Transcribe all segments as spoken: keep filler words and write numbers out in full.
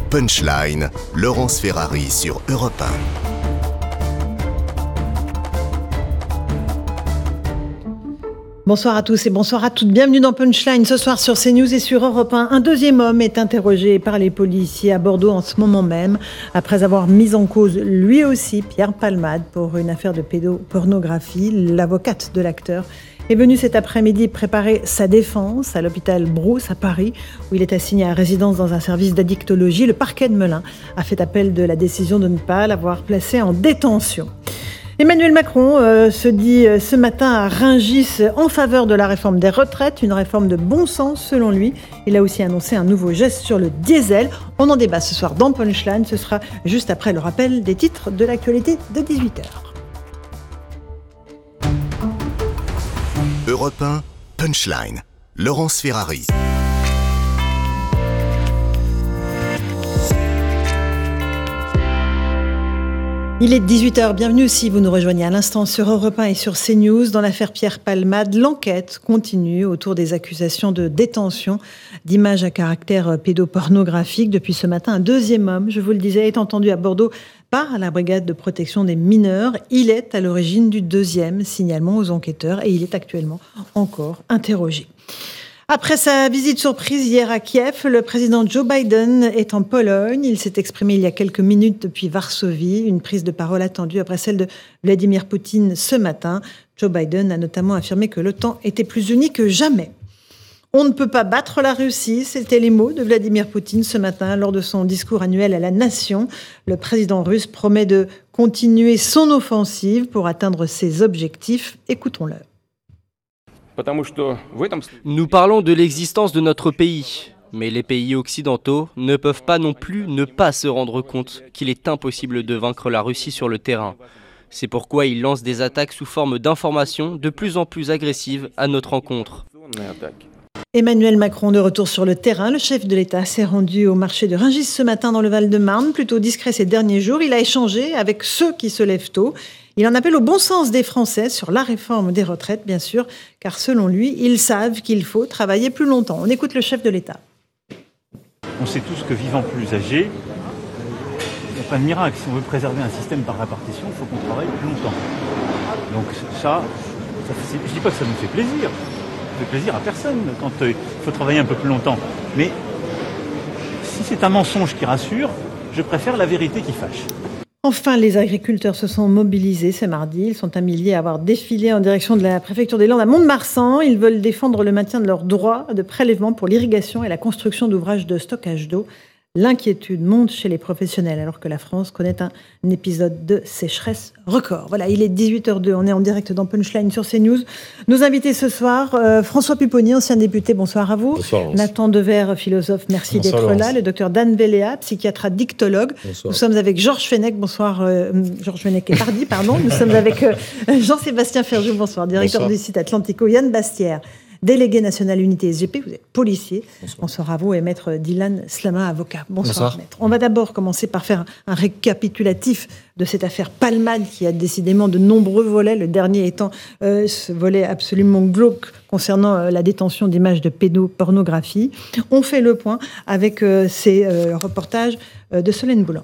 Punchline, Laurence Ferrari sur Europe un. Bonsoir à tous et bonsoir à toutes. Bienvenue dans Punchline. Ce soir sur CNews et sur Europe un, un deuxième homme est interrogé par les policiers à Bordeaux en ce moment même, après avoir mis en cause lui aussi Pierre Palmade pour une affaire de pédopornographie. L'avocate de l'acteur est venue cet après-midi préparer sa défense à l'hôpital Brousse à Paris, où il est assigné à résidence dans un service d'addictologie. Le parquet de Melun a fait appel de la décision de ne pas l'avoir placé en détention. Emmanuel Macron euh, se dit euh, ce matin à Rungis en faveur de la réforme des retraites, une réforme de bon sens selon lui. Il a aussi annoncé un nouveau geste sur le diesel. On en débat ce soir dans Punchline, ce sera juste après le rappel des titres de l'actualité de dix-huit heures. Europe un, Punchline, Laurence Ferrari. Il est dix-huit heures, bienvenue si vous nous rejoignez à l'instant sur Europe un et sur CNews. Dans l'affaire Pierre Palmade, l'enquête continue autour des accusations de détention d'images à caractère pédopornographique. Depuis ce matin, un deuxième homme, je vous le disais, est entendu à Bordeaux par la brigade de protection des mineurs. Il est à l'origine du deuxième signalement aux enquêteurs et il est actuellement encore interrogé. Après sa visite surprise hier à Kiev, le président Joe Biden est en Pologne. Il s'est exprimé il y a quelques minutes depuis Varsovie. Une prise de parole attendue après celle de Vladimir Poutine ce matin. Joe Biden a notamment affirmé que l'OTAN était plus unie que jamais. On ne peut pas battre la Russie, c'était les mots de Vladimir Poutine ce matin lors de son discours annuel à la nation. Le président russe promet de continuer son offensive pour atteindre ses objectifs. Écoutons-le. Nous parlons de l'existence de notre pays, mais les pays occidentaux ne peuvent pas non plus ne pas se rendre compte qu'il est impossible de vaincre la Russie sur le terrain. C'est pourquoi ils lancent des attaques sous forme d'informations de plus en plus agressives à notre encontre. Emmanuel Macron de retour sur le terrain. Le chef de l'État s'est rendu au marché de Rungis ce matin dans le Val-de-Marne. Plutôt discret ces derniers jours, il a échangé avec ceux qui se lèvent tôt. Il en appelle au bon sens des Français sur la réforme des retraites, bien sûr, car selon lui, ils savent qu'il faut travailler plus longtemps. On écoute le chef de l'État. On sait tous que vivant plus âgé, il n'y a pas de miracle. Si on veut préserver un système par répartition, il faut qu'on travaille plus longtemps. Donc ça, ça fait, je ne dis pas que ça nous fait plaisir. Ça fait plaisir à personne quand il faut travailler un peu plus longtemps. Mais si c'est un mensonge qui rassure, je préfère la vérité qui fâche. Enfin, les agriculteurs se sont mobilisés ce mardi. Ils sont un millier à avoir défilé en direction de la préfecture des Landes à Mont-de-Marsan. Ils veulent défendre le maintien de leurs droits de prélèvement pour l'irrigation et la construction d'ouvrages de stockage d'eau. L'inquiétude monte chez les professionnels alors que la France connaît un, un épisode de sécheresse record. Voilà, il est dix-huit heures deux, on est en direct dans Punchline sur CNews. Nos invités ce soir, euh, François Pupponi, ancien député, bonsoir à vous. Bonsoir Laurence. Nathan Dever, philosophe, merci bonsoir, d'être Laurence. Là. Le docteur Dan Véléa, psychiatre addictologue. Bonsoir. Nous sommes avec Georges Fenech, bonsoir, euh, Georges Fenech et Pardy, pardon. Nous sommes avec euh, Jean-Sébastien Ferjou, bonsoir, directeur bonsoir. Du site Atlantico, Yann Bastière, délégué national unité S G P, vous êtes policier. Bonsoir, bonsoir à vous et maître Dylan Slama, avocat. Bonsoir, bonsoir. Maître. On va d'abord commencer par faire un récapitulatif de cette affaire Palmade qui a décidément de nombreux volets, le dernier étant euh, ce volet absolument glauque concernant euh, la détention d'images de pédopornographie. On fait le point avec euh, ces euh, reportages euh, de Solène Boulan.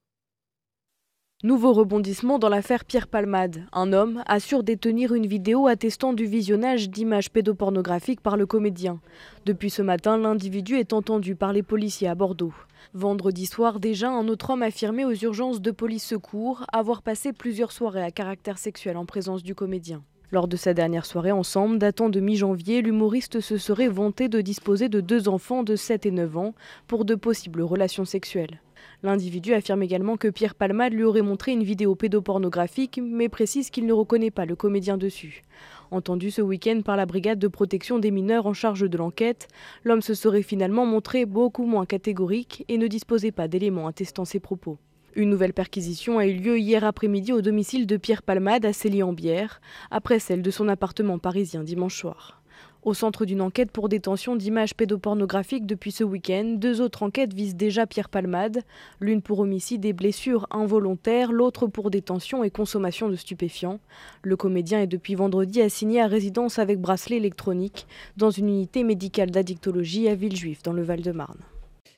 Nouveau rebondissement dans l'affaire Pierre Palmade. Un homme assure détenir une vidéo attestant du visionnage d'images pédopornographiques par le comédien. Depuis ce matin, l'individu est entendu par les policiers à Bordeaux. Vendredi soir, déjà, un autre homme affirmait aux urgences de police secours avoir passé plusieurs soirées à caractère sexuel en présence du comédien. Lors de sa dernière soirée ensemble, datant de mi-janvier, l'humoriste se serait vanté de disposer de deux enfants de sept et neuf ans pour de possibles relations sexuelles. L'individu affirme également que Pierre Palmade lui aurait montré une vidéo pédopornographique, mais précise qu'il ne reconnaît pas le comédien dessus. Entendu ce week-end par la brigade de protection des mineurs en charge de l'enquête, l'homme se serait finalement montré beaucoup moins catégorique et ne disposait pas d'éléments attestant ses propos. Une nouvelle perquisition a eu lieu hier après-midi au domicile de Pierre Palmade à Célie-en-Bière, après celle de son appartement parisien dimanche soir. Au centre d'une enquête pour détention d'images pédopornographiques depuis ce week-end, deux autres enquêtes visent déjà Pierre Palmade, l'une pour homicide et blessures involontaires, l'autre pour détention et consommation de stupéfiants. Le comédien est depuis vendredi assigné à résidence avec bracelet électronique dans une unité médicale d'addictologie à Villejuif dans le Val-de-Marne.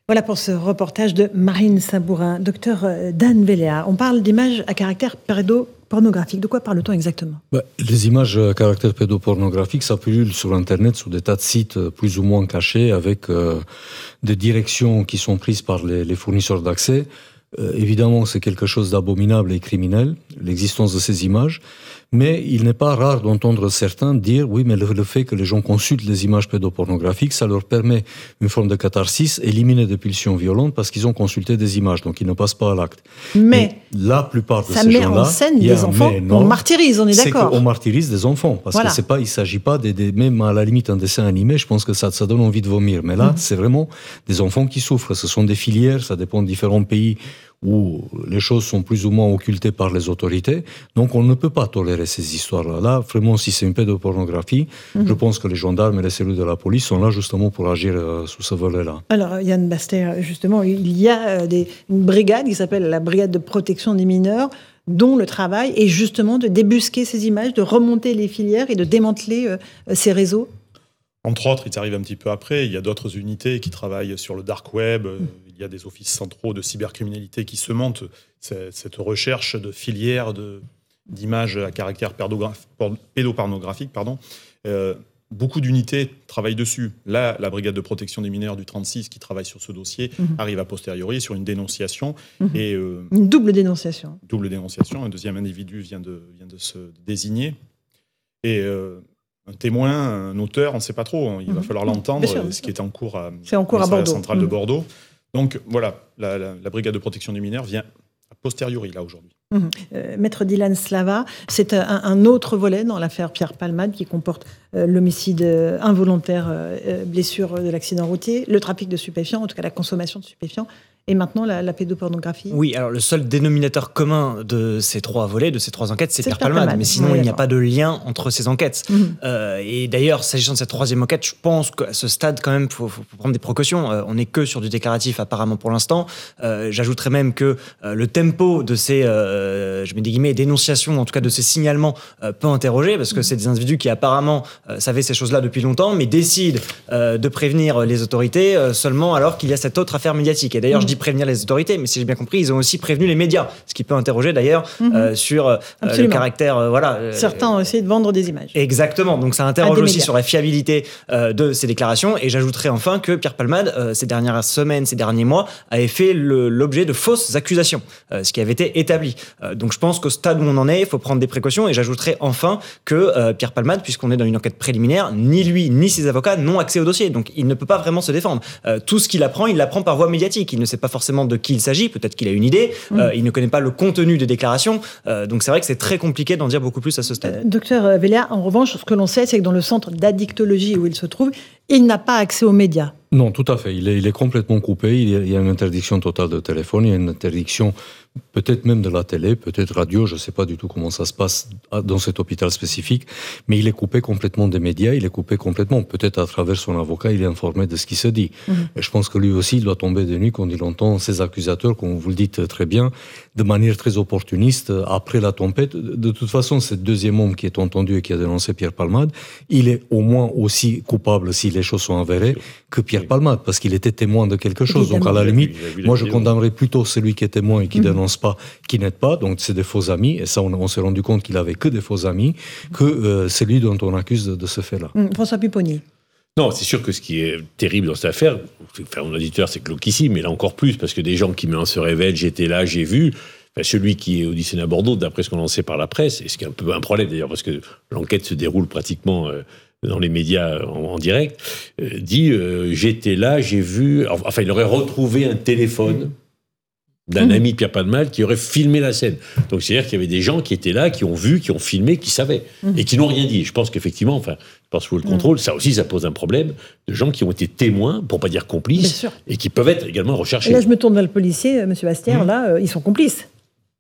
Voilà pour ce reportage de Marine Sabourin. Docteur Dan Velléa, on parle d'images à caractère pédopornographique. De quoi parle-t-on exactement ? bah, Les images à caractère pédopornographique, ça pullule sur Internet, sur des tas de sites plus ou moins cachés, avec euh, des directions qui sont prises par les, les fournisseurs d'accès. Euh, évidemment, c'est quelque chose d'abominable et criminel, l'existence de ces images. Mais il n'est pas rare d'entendre certains dire, oui, mais le, le fait que les gens consultent les images pédopornographiques, ça leur permet une forme de catharsis, éliminer des pulsions violentes parce qu'ils ont consulté des images, donc ils ne passent pas à l'acte. Mais, mais la plupart de ça ces met gens-là, en scène des enfants qu'on martyrise, on est d'accord. C'est qu'on martyrise des enfants, parce voilà. que c'est pas, il s'agit pas des, des, même à la limite un dessin animé, je pense que ça, ça donne envie de vomir. Mais là, mmh. c'est vraiment des enfants qui souffrent. Ce sont des filières, ça dépend de différents pays où les choses sont plus ou moins occultées par les autorités. Donc on ne peut pas tolérer ces histoires-là. Là, vraiment, si c'est une pédopornographie, mmh. je pense que les gendarmes et les cellules de la police sont là justement pour agir euh, sous ce volet-là. Alors, Yann Baster, justement, il y a euh, des, une brigade qui s'appelle la brigade de protection des mineurs, dont le travail est justement de débusquer ces images, de remonter les filières et de démanteler euh, ces réseaux. Entre autres, ils arrivent un petit peu après. Il y a d'autres unités qui travaillent sur le dark web. Mmh. Il y a des offices centraux de cybercriminalité qui se montent. C'est, cette recherche de filières de, d'images à caractère pédopornographique. Pardon. Euh, beaucoup d'unités travaillent dessus. Là, la brigade de protection des mineurs du trente-six qui travaille sur ce dossier mmh. arrive a posteriori sur une dénonciation. Mmh. Et, euh, une double dénonciation. Double dénonciation. Un deuxième individu vient de, vient de se désigner. Et... Euh, un témoin, un auteur, on ne sait pas trop. Il va mmh. falloir l'entendre, ce qui est en cours à, c'est en cours à Bordeaux. Centrale mmh. de Bordeaux. Donc voilà, la, la, la brigade de protection des mineurs vient a posteriori, là, aujourd'hui. Mmh. Euh, Maître Dylan Slava, c'est un, un autre volet dans l'affaire Pierre Palmade qui comporte euh, l'homicide involontaire, euh, blessure de l'accident routier, le trafic de stupéfiants, en tout cas la consommation de stupéfiants, et maintenant la, la pédopornographie. Oui, alors le seul dénominateur commun de ces trois volets, de ces trois enquêtes, c'est, c'est Pierre Palmade. Palmade. Mais sinon, oui, il n'y a pas de lien entre ces enquêtes. Mmh. Euh, et d'ailleurs, s'agissant de cette troisième enquête, je pense qu'à ce stade, quand même, il faut, faut prendre des précautions. Euh, on n'est que sur du déclaratif, apparemment, pour l'instant. Euh, j'ajouterais même que euh, le tempo de ces, euh, je mets des guillemets, dénonciations, en tout cas de ces signalements, euh, peut interroger, parce que mmh. c'est des individus qui, apparemment, euh, savaient ces choses-là depuis longtemps, mais décident euh, de prévenir les autorités euh, seulement alors qu'il y a cette autre affaire médiatique. Et d'ailleurs, mmh. je dis prévenir les autorités, mais si j'ai bien compris, ils ont aussi prévenu les médias, ce qui peut interroger d'ailleurs mmh. euh, sur euh, le caractère... Euh, voilà, euh, Certains ont essayé de vendre des images. Exactement, donc ça interroge aussi médias. Sur la fiabilité euh, de ces déclarations, et j'ajouterai enfin que Pierre Palmade, euh, ces dernières semaines, ces derniers mois, avait fait le, l'objet de fausses accusations, euh, ce qui avait été établi. Euh, donc je pense qu'au stade où on en est, il faut prendre des précautions, et j'ajouterai enfin que euh, Pierre Palmade, puisqu'on est dans une enquête préliminaire, ni lui, ni ses avocats n'ont accès au dossier, donc il ne peut pas vraiment se défendre. Euh, tout ce qu'il apprend, il l'apprend par voie médiatique, il ne sait pas forcément de qui il s'agit, peut-être qu'il a une idée, mmh. euh, il ne connaît pas le contenu des déclarations, euh, donc c'est vrai que c'est très compliqué d'en dire beaucoup plus à ce stade. Euh, docteur Velléa, en revanche, ce que l'on sait, c'est que dans le centre d'addictologie où il se trouve, il n'a pas accès aux médias. Non, tout à fait. Il est, il est complètement coupé. Il y, a, il y a une interdiction totale de téléphone. Il y a une interdiction peut-être même de la télé, peut-être radio. Je ne sais pas du tout comment ça se passe dans cet hôpital spécifique. Mais il est coupé complètement des médias. Il est coupé complètement. Peut-être à travers son avocat, il est informé de ce qui se dit. Mmh. Et je pense que lui aussi, il doit tomber de nuit quand il entend ces accusateurs, comme vous le dites très bien, de manière très opportuniste, après la tempête. De toute façon, ce deuxième homme qui est entendu et qui a dénoncé Pierre Palmade, il est au moins aussi coupable, si les choses sont avérées, que Pierre oui. Palmade, parce qu'il était témoin de quelque chose. Évidemment. Donc, à la limite, vu, moi, je condamnerais plutôt celui qui est témoin et qui mmh. dénonce pas, qui n'aide pas. Donc, c'est des faux amis. Et ça, on, on s'est rendu compte qu'il avait que des faux amis, que euh, celui dont on accuse de, de ce fait-là. Mmh. François Pupponi. Non, c'est sûr que ce qui est terrible dans cette affaire, enfin, mon auditeur, c'est glauquissime, mais là encore plus, parce que des gens qui maintenant se révèlent, j'étais là, j'ai vu. Enfin, celui qui est auditionné à Bordeaux, d'après ce qu'on en sait par la presse, et ce qui est un peu un problème d'ailleurs, parce que l'enquête se déroule pratiquement euh, dans les médias en, en direct, euh, dit euh, j'étais là, j'ai vu. Enfin, il aurait retrouvé un téléphone d'un mmh. ami de Pierre Palmade qui aurait filmé la scène. Donc, c'est-à-dire qu'il y avait des gens qui étaient là, qui ont vu, qui ont filmé, qui savaient, mmh. et qui n'ont rien dit. Je pense qu'effectivement, enfin, je pense que le contrôle, mmh. ça aussi, ça pose un problème de gens qui ont été témoins, pour pas dire complices, et qui peuvent être également recherchés. Et là, je me tourne vers le policier, M. Bastière, mmh. là, euh, ils sont complices.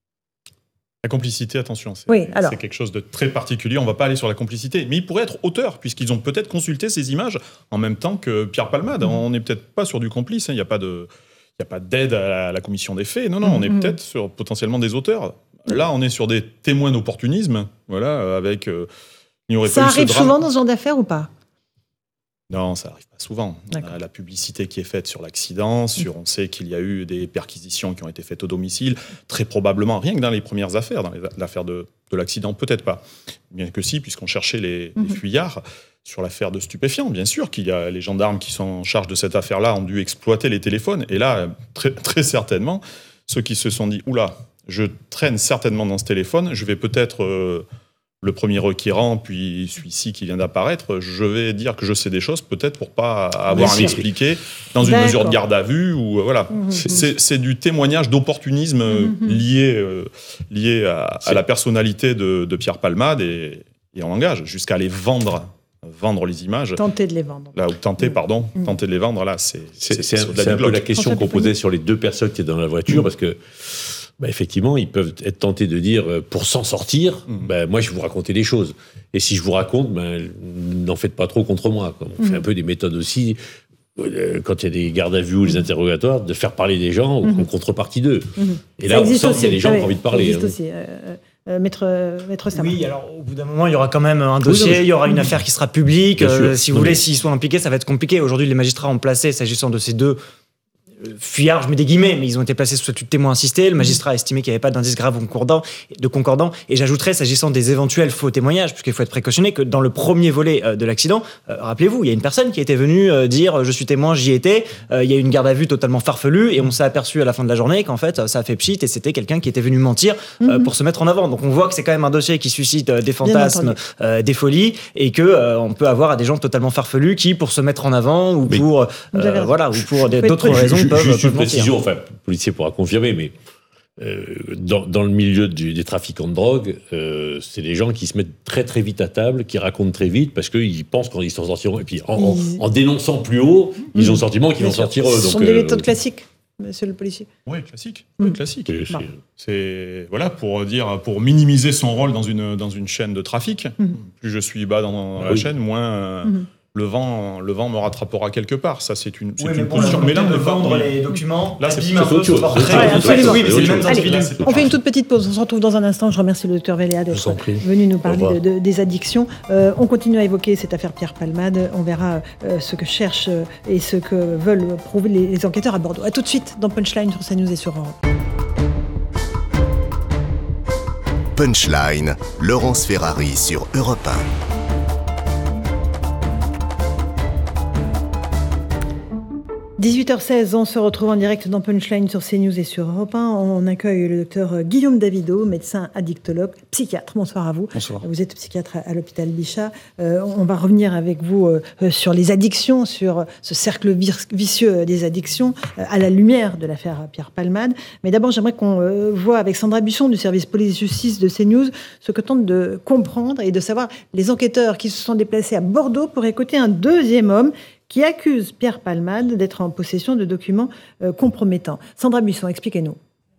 La complicité, attention, c'est, oui, alors. c'est quelque chose de très particulier. On ne va pas aller sur la complicité. Mais ils pourraient être auteurs, puisqu'ils ont peut-être consulté ces images en même temps que Pierre Palmade. Mmh. On n'est peut-être pas sur du complice, il hein. n'y a pas de... Il n'y a pas d'aide à la, à la commission des faits. Non, non, on est mmh. peut-être sur potentiellement des auteurs. Là, on est sur des témoins d'opportunisme. Voilà, avec. Euh, il n'y aurait Ça pas arrive eu ce drame. souvent dans ce genre d'affaires ou pas ? Non, ça n'arrive pas souvent. D'accord. La publicité qui est faite sur l'accident, sur, on sait qu'il y a eu des perquisitions qui ont été faites au domicile, très probablement, rien que dans les premières affaires, dans les, l'affaire de, de l'accident, peut-être pas. Bien que si, puisqu'on cherchait les, mm-hmm. les fuyards. Sur l'affaire de stupéfiants, bien sûr, qu'il y a les gendarmes qui sont en charge de cette affaire-là ont dû exploiter les téléphones. Et là, très, très certainement, ceux qui se sont dit « Oula, je traîne certainement dans ce téléphone, je vais peut-être... Euh, le premier requérant, puis celui-ci qui vient d'apparaître, je vais dire que je sais des choses, peut-être pour pas avoir à m'expliquer dans une D'accord. mesure de garde à vue. Ou, euh, voilà. Mmh, c'est, c'est, c'est du témoignage d'opportunisme mmh. lié, euh, lié à, à la personnalité de, de Pierre Palmade et, et en langage, jusqu'à aller vendre... vendre les images. Tenter de les vendre. Là, ou tenter, pardon, mmh. tenter de les vendre, là, c'est... C'est, c'est, c'est, c'est un peu la question qu'on posait sur les deux personnes qui étaient dans la voiture, mmh. parce que, bah, effectivement, ils peuvent être tentés de dire, euh, pour s'en sortir, mmh. bah, moi, je vais vous raconter des choses. Et si je vous raconte, bah, n'en faites pas trop contre moi. Quoi. On mmh. fait un peu des méthodes aussi, euh, quand il y a des gardes à vue ou des interrogatoires, de faire parler des gens mmh. en contrepartie d'eux. Mmh. Et là, on sent qu'il y a des gens qui ont envie de parler. Ça existe hein. aussi. Euh... Euh, maître, maître Sama. Oui, alors au bout d'un moment, il y aura quand même un dossier, oui, il y aura une affaire qui sera publique. Euh, si vous voulez, s'ils sont impliqués, ça va être compliqué. Aujourd'hui, les magistrats ont placé, s'agissant de ces deux fuyards, je mets des guillemets, mais ils ont été placés sous statut de témoin assisté. Le magistrat a estimé qu'il n'y avait pas d'indice grave concordant, de concordant. Et j'ajouterais, s'agissant des éventuels faux témoignages, puisqu'il faut être précautionné, que dans le premier volet euh, de l'accident, euh, rappelez-vous, il y a une personne qui était venue euh, dire « je suis témoin, j'y étais euh, ». Il y a eu une garde à vue totalement farfelue et on s'est aperçu à la fin de la journée qu'en fait, ça a fait pchit et c'était quelqu'un qui était venu mentir euh, mm-hmm. pour se mettre en avant. Donc on voit que c'est quand même un dossier qui suscite euh, des fantasmes, euh, des folies et que euh, on peut avoir à des gens totalement farfelus qui, pour se mettre en avant ou mais pour, euh, voilà, ou pour des, d'autres raisons, je, peuvent, juste peuvent une précision, enfin, le policier pourra confirmer, mais euh, dans, dans le milieu du, des trafiquants de drogue, euh, c'est des gens qui se mettent très très vite à table, qui racontent très vite parce qu'ils pensent qu'ils s'en sortiront. Et puis en, en, en dénonçant plus haut, mmh. ils ont le sentiment qu'ils vont sortir eux. Ce sont donc, des méthodes euh, classiques, monsieur le policier. Oui, classique. Oui, classique. C'est, c'est... c'est voilà pour dire, pour minimiser son rôle dans une dans une chaîne de trafic. Mmh. Plus je suis bas dans, dans la oui. chaîne, moins. Mmh. Le vent, le vent me rattrapera quelque part. Ça, c'est une, c'est oui, une bon, position. Mais là, de vendre les documents, là, c'est, c'est, c'est autre chose. Oui, mais c'est le même Allez, on fait une toute petite pause. On se retrouve dans un instant. Je remercie le docteur Véléa d'être venu nous parler de, de, des addictions. Euh, on continue à évoquer cette affaire Pierre Palmade. On verra euh, ce que cherchent euh, et ce que veulent prouver les, les enquêteurs à Bordeaux. A tout de suite dans Punchline sur CNews et sur Europe. Punchline, Laurence Ferrari sur Europe un. dix-huit heures seize, on se retrouve en direct dans Punchline sur CNews et sur Europe un. On accueille le docteur Guillaume Davido, médecin addictologue, psychiatre. Bonsoir à vous. Bonsoir. Vous êtes psychiatre à l'hôpital Bichat. Euh, on va revenir avec vous euh, sur les addictions, sur ce cercle vicieux des addictions, euh, à la lumière de l'affaire Pierre Palmade. Mais d'abord, j'aimerais qu'on euh, voit avec Sandra Busson du service police-justice de CNews ce que tente de comprendre et de savoir les enquêteurs qui se sont déplacés à Bordeaux pour écouter un deuxième homme qui accuse Pierre Palmade d'être en possession de documents euh, compromettants. Sandra Busson, expliquez-nous.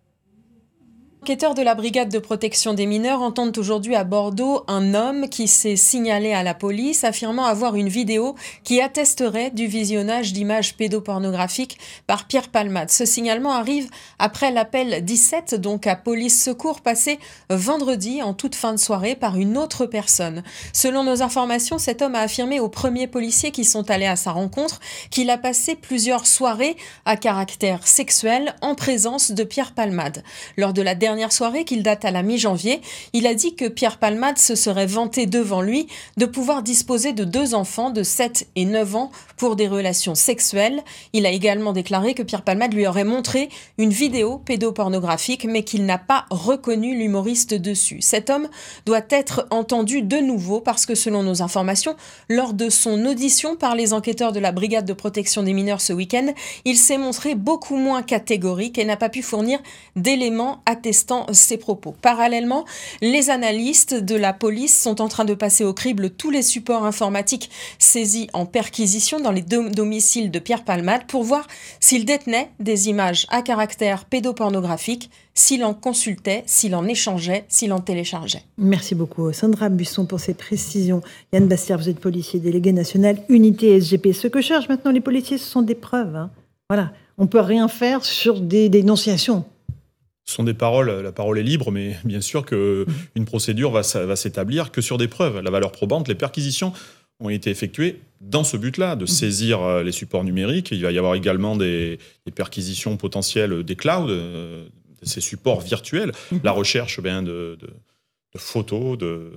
Les enquêteurs de la brigade de protection des mineurs entendent aujourd'hui à Bordeaux un homme qui s'est signalé à la police affirmant avoir une vidéo qui attesterait du visionnage d'images pédopornographiques par Pierre Palmade. Ce signalement arrive après l'appel dix-sept, donc à police secours, passé vendredi en toute fin de soirée par une autre personne. Selon nos informations, cet homme a affirmé aux premiers policiers qui sont allés à sa rencontre qu'il a passé plusieurs soirées à caractère sexuel en présence de Pierre Palmade. Lors de la dernière soirée, qu'il date à la mi-janvier, il a dit que Pierre Palmade se serait vanté devant lui de pouvoir disposer de deux enfants de sept et neuf ans pour des relations sexuelles. Il a également déclaré que Pierre Palmade lui aurait montré une vidéo pédopornographique, mais qu'il n'a pas reconnu l'humoriste dessus. Cet homme doit être entendu de nouveau parce que, selon nos informations, lors de son audition par les enquêteurs de la brigade de protection des mineurs ce week-end, il s'est montré beaucoup moins catégorique et n'a pas pu fournir d'éléments attestant ses propos. Parallèlement, les analystes de la police sont en train de passer au crible tous les supports informatiques saisis en perquisition dans les deux domiciles de Pierre Palmade pour voir s'il détenait des images à caractère pédopornographique, s'il en consultait, s'il en échangeait, s'il en téléchargeait. Merci beaucoup Sandra Busson pour ces précisions. Yann Bastière, vous êtes policier délégué national unité S G P. Ce que cherchent maintenant les policiers, ce sont des preuves. Hein. Voilà, on ne peut rien faire sur des dénonciations. Ce sont des paroles, la parole est libre, mais bien sûr qu'une procédure va, va s'établir que sur des preuves. La valeur probante, les perquisitions ont été effectuées dans ce but-là, de saisir euh, les supports numériques. Il va y avoir également des, des perquisitions potentielles des clouds, euh, de ces supports virtuels, mmh. la recherche ben, de, de, de photos, de...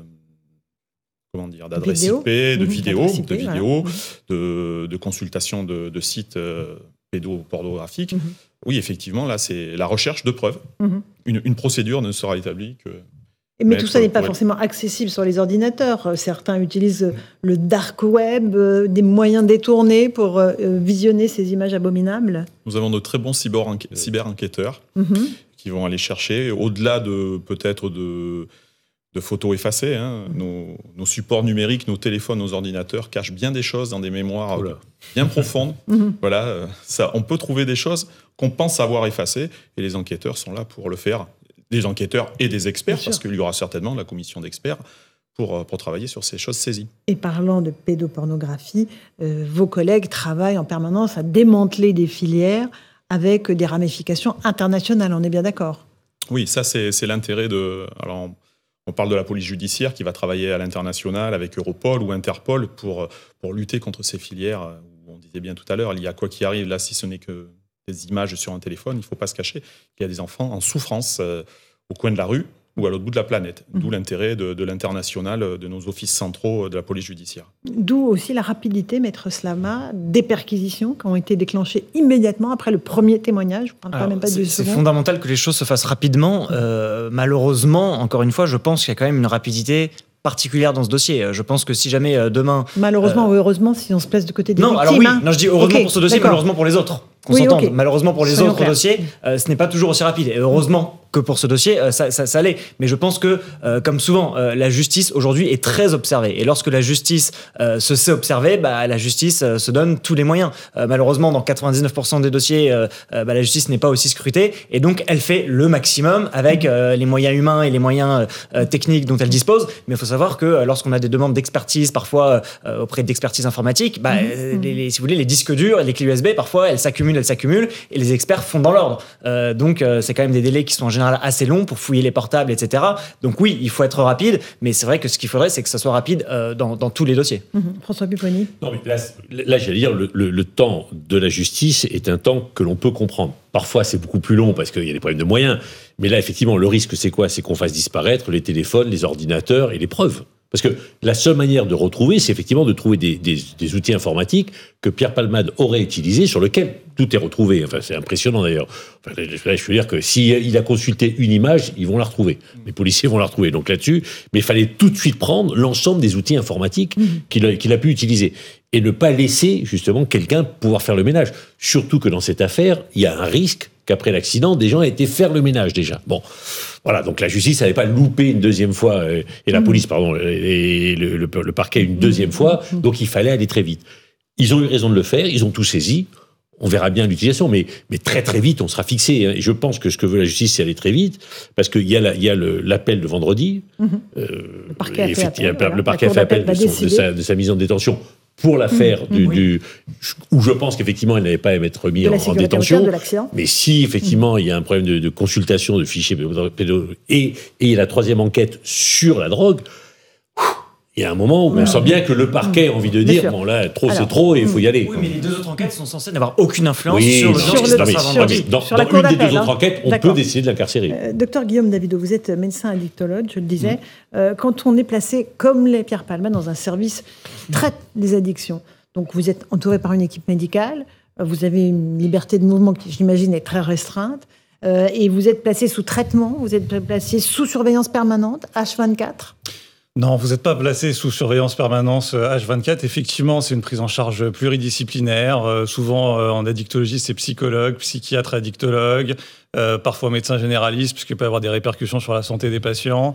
comment dire, d'adresses I P, de mmh, vidéos, I P, de, vidéos voilà. de, de consultation de, de sites euh, pédopornographiques. Mmh. Oui, effectivement, là, c'est la recherche de preuves. Mmh. Une, une procédure ne sera établie que... Mais tout ça n'est pas forcément accessible sur les ordinateurs. Certains utilisent le dark web, euh, des moyens détournés pour euh, visionner ces images abominables. Nous avons de très bons cyber-enquêteurs mmh. qui vont aller chercher, au-delà de peut-être de... de photos effacées. Hein. Nos, nos supports numériques, nos téléphones, nos ordinateurs cachent bien des choses dans des mémoires Oula. bien profondes. Mm-hmm. Voilà, ça, on peut trouver des choses qu'on pense avoir effacées et les enquêteurs sont là pour le faire. Des enquêteurs et des experts, bien parce sûr. qu'il y aura certainement la commission d'experts pour, pour travailler sur ces choses saisies. Et parlant de pédopornographie, euh, vos collègues travaillent en permanence à démanteler des filières avec des ramifications internationales, on est bien d'accord ? Oui, ça c'est, c'est l'intérêt de... Alors, on parle de la police judiciaire qui va travailler à l'international avec Europol ou Interpol pour, pour lutter contre ces filières où on disait bien tout à l'heure, il y a quoi qu'il arrive, là, si ce n'est que des images sur un téléphone, il ne faut pas se cacher qu'il y a des enfants en souffrance euh, au coin de la rue ou à l'autre bout de la planète. Mmh. D'où l'intérêt de, de l'international, de nos offices centraux de la police judiciaire. D'où aussi la rapidité, Maître Slama, des perquisitions qui ont été déclenchées immédiatement après le premier témoignage. On parle Alors, pas même pas c'est, de c'est fondamental que les choses se fassent rapidement. Euh, malheureusement, encore une fois, je pense qu'il y a quand même une rapidité particulière dans ce dossier. Je pense que si jamais euh, demain... Malheureusement euh... ou heureusement, si on se place du côté des non, victimes... Alors oui, hein. non, je dis heureusement okay, pour ce dossier, d'accord. malheureusement pour les autres. Qu'on oui, s'entende. Okay. Malheureusement pour les Soyons autres clairs. dossiers, euh, ce n'est pas toujours aussi rapide. Et heureusement que pour ce dossier, euh, ça, ça, ça l'est. Mais je pense que, euh, comme souvent, euh, la justice aujourd'hui est très observée. Et lorsque la justice euh, se sait observer, bah, la justice euh, se donne tous les moyens. Euh, malheureusement, dans quatre-vingt-dix-neuf pour cent des dossiers, euh, euh, bah, la justice n'est pas aussi scrutée. Et donc, elle fait le maximum avec euh, les moyens humains et les moyens euh, techniques dont elle dispose. Mais il faut savoir que euh, lorsqu'on a des demandes d'expertise, parfois euh, auprès d'expertise informatique, bah, mmh. les, les, si vous voulez, les disques durs et les clés U S B, parfois, elles s'accumulent, elles s'accumulent. Et les experts font dans l'ordre. Euh, donc, euh, c'est quand même des délais qui sont en général assez longs pour fouiller les portables, et cetera. Donc oui, il faut être rapide, mais c'est vrai que ce qu'il faudrait, c'est que ça soit rapide euh, dans, dans tous les dossiers. Mmh. François Pupponi. Non, mais là, là j'allais dire, le, le, le temps de la justice est un temps que l'on peut comprendre. Parfois, c'est beaucoup plus long parce qu'il y a des problèmes de moyens. Mais là, effectivement, le risque, c'est quoi ? C'est qu'on fasse disparaître les téléphones, les ordinateurs et les preuves. Parce que la seule manière de retrouver, c'est effectivement de trouver des, des, des outils informatiques que Pierre Palmade aurait utilisés, sur lesquels tout est retrouvé. Enfin, c'est impressionnant d'ailleurs. Enfin, là, je veux dire que s'il a consulté une image, ils vont la retrouver. Les policiers vont la retrouver. Donc là-dessus, mais il fallait tout de suite prendre l'ensemble des outils informatiques mmh. qu'il, a, qu'il a pu utiliser. Et ne pas laisser justement quelqu'un pouvoir faire le ménage. Surtout que dans cette affaire, il y a un risque qu'après l'accident, des gens aient été faire le ménage déjà. Bon, voilà, donc la justice n'avait pas loupé une deuxième fois, euh, et la mmh. police, pardon, et le, le, le parquet une deuxième mmh. fois, donc il fallait aller très vite. Ils ont eu raison de le faire, ils ont tout saisi, on verra bien l'utilisation, mais, mais très très vite, on sera fixé. Hein. Et je pense que ce que veut la justice, c'est aller très vite, parce qu'il y a, la, il y a le, l'appel de vendredi, mmh. euh, le parquet a fait appel, voilà. le parquet a fait appel de, son, de, sa, de sa mise en détention, pour l'affaire mmh, du, oui. du, où je pense qu'effectivement, elle n'avait pas à être mise en, en détention. Mais si, effectivement, mmh. il y a un problème de, de consultation de fichiers pédo, et, et il y a la troisième enquête sur la drogue, il y a un moment où on sent bien que le parquet a envie de dire, bon là, trop Alors, c'est trop et il faut y aller. Oui, mais les deux autres enquêtes sont censées n'avoir aucune influence oui, sur le sur genre le, qui sur le, Dans, sur dans une des deux autres hein. enquêtes, on D'accord. peut décider de l'incarcérer. Euh, docteur Guillaume Davido, vous êtes médecin addictologue, je le disais. Mmh. Euh, quand on est placé, comme les Pierre Palmade, dans un service qui traite les addictions, donc vous êtes entouré par une équipe médicale, vous avez une liberté de mouvement qui, j'imagine, est très restreinte, euh, et vous êtes placé sous traitement, vous êtes placé sous surveillance permanente, H vingt-quatre. Non, vous n'êtes pas placé sous surveillance permanente H vingt-quatre. Effectivement, c'est une prise en charge pluridisciplinaire. Euh, souvent, euh, en addictologie, c'est psychologue, psychiatre addictologue, euh, parfois médecin généraliste, puisqu'il peut y avoir des répercussions sur la santé des patients.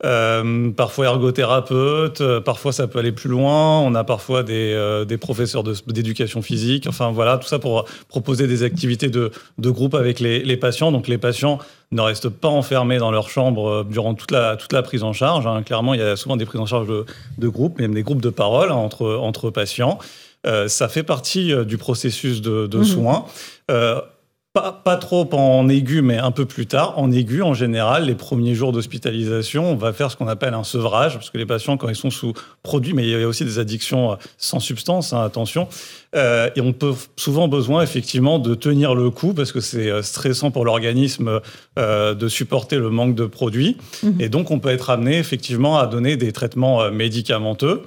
Euh, parfois ergothérapeute, euh, parfois ça peut aller plus loin. On a parfois des, euh, des professeurs de, d'éducation physique. Enfin voilà, tout ça pour proposer des activités de, de groupe avec les, les patients. Donc les patients ne restent pas enfermés dans leur chambre durant toute la, toute la prise en charge. Hein. Clairement, il y a souvent des prises en charge de, de groupe, même des groupes de parole hein, entre, entre patients. Euh, ça fait partie euh, du processus de, de mmh. soins. Euh, Pas, pas trop en aigu, mais un peu plus tard. En aigu, en général, les premiers jours d'hospitalisation, on va faire ce qu'on appelle un sevrage, parce que les patients, quand ils sont sous produits, mais il y a aussi des addictions sans substance, hein, attention, euh, et on peut souvent besoin, effectivement, de tenir le coup, parce que c'est stressant pour l'organisme euh, de supporter le manque de produits. Mmh. Et donc, on peut être amené, effectivement, à donner des traitements médicamenteux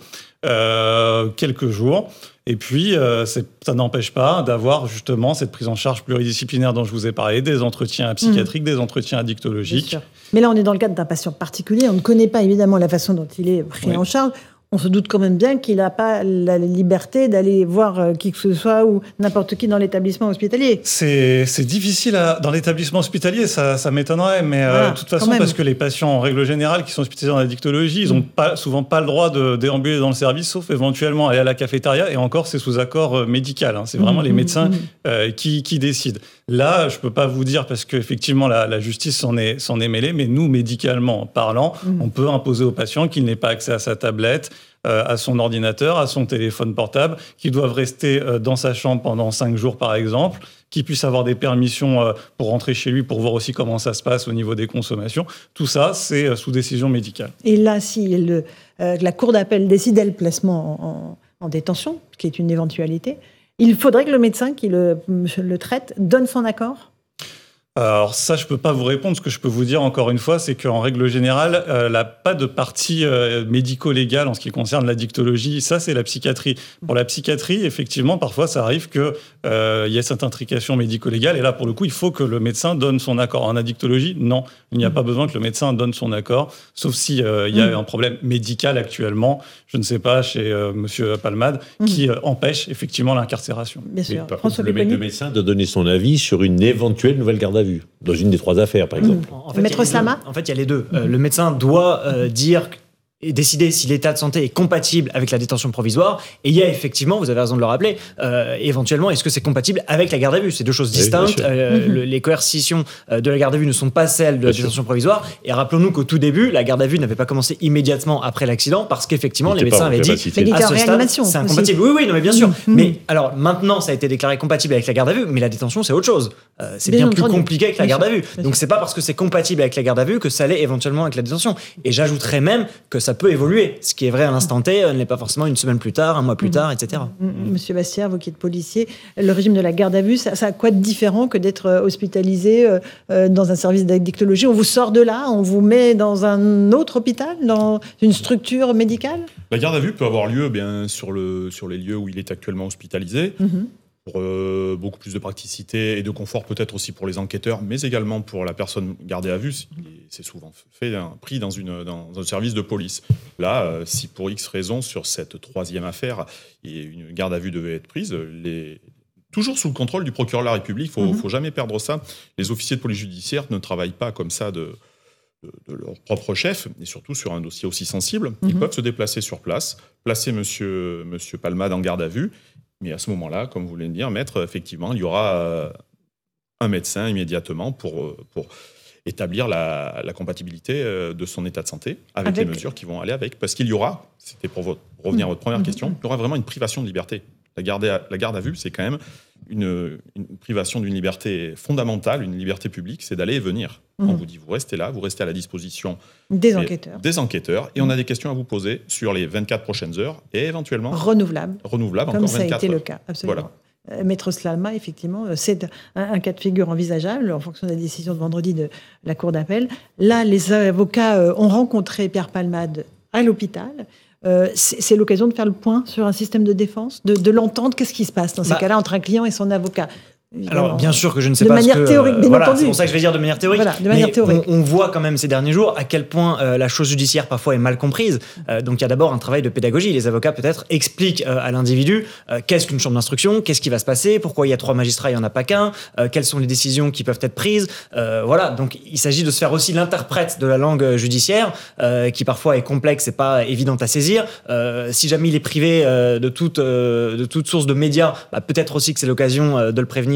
euh, quelques jours. Et puis, euh, c'est, ça n'empêche pas d'avoir justement cette prise en charge pluridisciplinaire dont je vous ai parlé, des entretiens psychiatriques, mmh. des entretiens addictologiques. Mais là, on est dans le cadre d'un patient particulier. On ne connaît pas évidemment la façon dont il est pris oui. en charge. On se doute quand même bien qu'il n'a pas la liberté d'aller voir qui que ce soit ou n'importe qui dans l'établissement hospitalier. C'est, c'est difficile à, dans l'établissement hospitalier, ça, ça m'étonnerait, mais voilà, euh, de toute façon, parce que les patients, en règle générale, qui sont hospitalisés en addictologie, ils n'ont pas, souvent pas le droit de déambuler dans le service, sauf éventuellement aller à la cafétéria, et encore, c'est sous accord euh, médical. Hein. C'est vraiment mmh, les médecins mmh. euh, qui, qui décident. Là, je ne peux pas vous dire, parce qu'effectivement, la, la justice s'en est, s'en est mêlée, mais nous, médicalement parlant, mmh. on peut imposer au patient qu'il n'ait pas accès à sa tablette, euh, à son ordinateur, à son téléphone portable, qu'ils doivent rester euh, dans sa chambre pendant cinq jours, par exemple, qu'il puisse avoir des permissions euh, pour rentrer chez lui, pour voir aussi comment ça se passe au niveau des consommations. Tout ça, c'est euh, sous décision médicale. Et là, si le, euh, la Cour d'appel décidait le placement en, en, en détention, ce qui est une éventualité, il faudrait que le médecin qui le, le traite donne son accord ? Alors ça, je ne peux pas vous répondre. Ce que je peux vous dire, encore une fois, c'est qu'en règle générale, euh, il n'y a pas de partie euh, médico-légale en ce qui concerne l'addictologie. Ça, c'est la psychiatrie. Pour la psychiatrie, effectivement, parfois, ça arrive qu'il euh, y ait cette intrication médico-légale. Et là, pour le coup, il faut que le médecin donne son accord. En addictologie, non. Il n'y a pas besoin que le médecin donne son accord, sauf s'il euh, y a mmh. un problème médical actuellement, je ne sais pas, chez euh, M. Palmade, mmh. qui euh, empêche effectivement l'incarcération. Bien sûr. Par contre, le, le médecin doit donner son avis sur une éventuelle nouvelle garde à vue, dans une des trois affaires, par exemple. Mmh. En fait, Maître Slama ? En fait, il y a les deux. Mmh. Euh, le médecin doit euh, dire et décider si l'état de santé est compatible avec la détention provisoire. Et il y a effectivement, vous avez raison de le rappeler, euh, éventuellement, est-ce que c'est compatible avec la garde à vue ? C'est deux choses distinctes. Oui, euh, mmh. le, les coercitions de la garde à vue ne sont pas celles de la détention provisoire. Et rappelons-nous qu'au tout début, la garde à vue n'avait pas commencé immédiatement après l'accident parce qu'effectivement, les médecins avaient dit à ce stade, c'est incompatible. Oui, oui, non, mais bien sûr. Mmh. Mais alors maintenant, ça a été déclaré compatible avec la garde à vue, mais la détention, c'est autre chose. Euh, c'est bien, bien plus compliqué avec la garde à vue. Donc c'est pas parce que c'est compatible avec la garde à vue que ça l'est éventuellement avec la détention. Et j'ajouterais même que ça peut évoluer. Ce qui est vrai à l'instant T ne l'est pas forcément une semaine plus tard, un mois plus mmh. tard, et cetera. Mmh. Monsieur Bastière, vous qui êtes policier, le régime de la garde à vue, ça, ça a quoi de différent que d'être hospitalisé euh, dans un service d'addictologie ? On vous sort de là, on vous met dans un autre hôpital, dans une structure médicale ? La garde à vue peut avoir lieu bien, sur, le, sur les lieux où il est actuellement hospitalisé. Mmh. Pour euh, beaucoup plus de praticité et de confort peut-être aussi pour les enquêteurs, mais également pour la personne gardée à vue. C'est souvent fait, hein, pris dans, une, dans un service de police. Là, euh, si pour X raison, sur cette troisième affaire, une garde à vue devait être prise, les... toujours sous le contrôle du procureur de la République, il ne faut, mm-hmm. faut jamais perdre ça. Les officiers de police judiciaire ne travaillent pas comme ça de, de, de leur propre chef, et surtout sur un dossier aussi sensible. Mm-hmm. Ils peuvent se déplacer sur place, placer monsieur, monsieur Palmade en garde à vue. Mais à ce moment-là, comme vous voulez le dire, maître, effectivement, il y aura euh, un médecin immédiatement pour, pour établir la, la compatibilité euh, de son état de santé avec, avec les mesures qui vont aller avec. Parce qu'il y aura, c'était pour votre, revenir à votre première mmh. question, il y aura vraiment une privation de liberté. La garde à, la garde à vue, c'est quand même une, une privation d'une liberté fondamentale, une liberté publique, c'est d'aller et venir. Mmh. On vous dit, vous restez là, vous restez à la disposition des enquêteurs. Des enquêteurs, et mmh. on a des questions à vous poser sur les vingt-quatre prochaines heures, et éventuellement... Renouvelables. Renouvelables, encore vingt-quatre heures. Comme ça a été le cas, absolument. Voilà. Maître Slama, effectivement, c'est un, un cas de figure envisageable en fonction de la décision de vendredi de la Cour d'appel. Là, les avocats ont rencontré Pierre Palmade à l'hôpital. Euh, c'est, c'est l'occasion de faire le point sur un système de défense, de, de l'entendre. Qu'est-ce qui se passe dans ces bah, cas-là entre un client et son avocat ? Alors, bien sûr que je ne sais de pas manière ce que... théorique, bien voilà, entendu. C'est pour ça que je vais dire de manière théorique. Voilà, de manière mais théorique. On, on voit quand même ces derniers jours à quel point euh, la chose judiciaire parfois est mal comprise. Euh, donc il y a d'abord un travail de pédagogie. Les avocats peut-être expliquent euh, à l'individu euh, qu'est-ce qu'une chambre d'instruction, qu'est-ce qui va se passer, pourquoi il y a trois magistrats, il n'y en a pas qu'un, euh, quelles sont les décisions qui peuvent être prises. Euh, voilà, donc il s'agit de se faire aussi l'interprète de la langue judiciaire, euh, qui parfois est complexe et pas évidente à saisir. Euh, si jamais il est privé euh, de, toute, euh, de toute source de médias, bah, peut-être aussi que c'est l'occasion euh, de le prévenir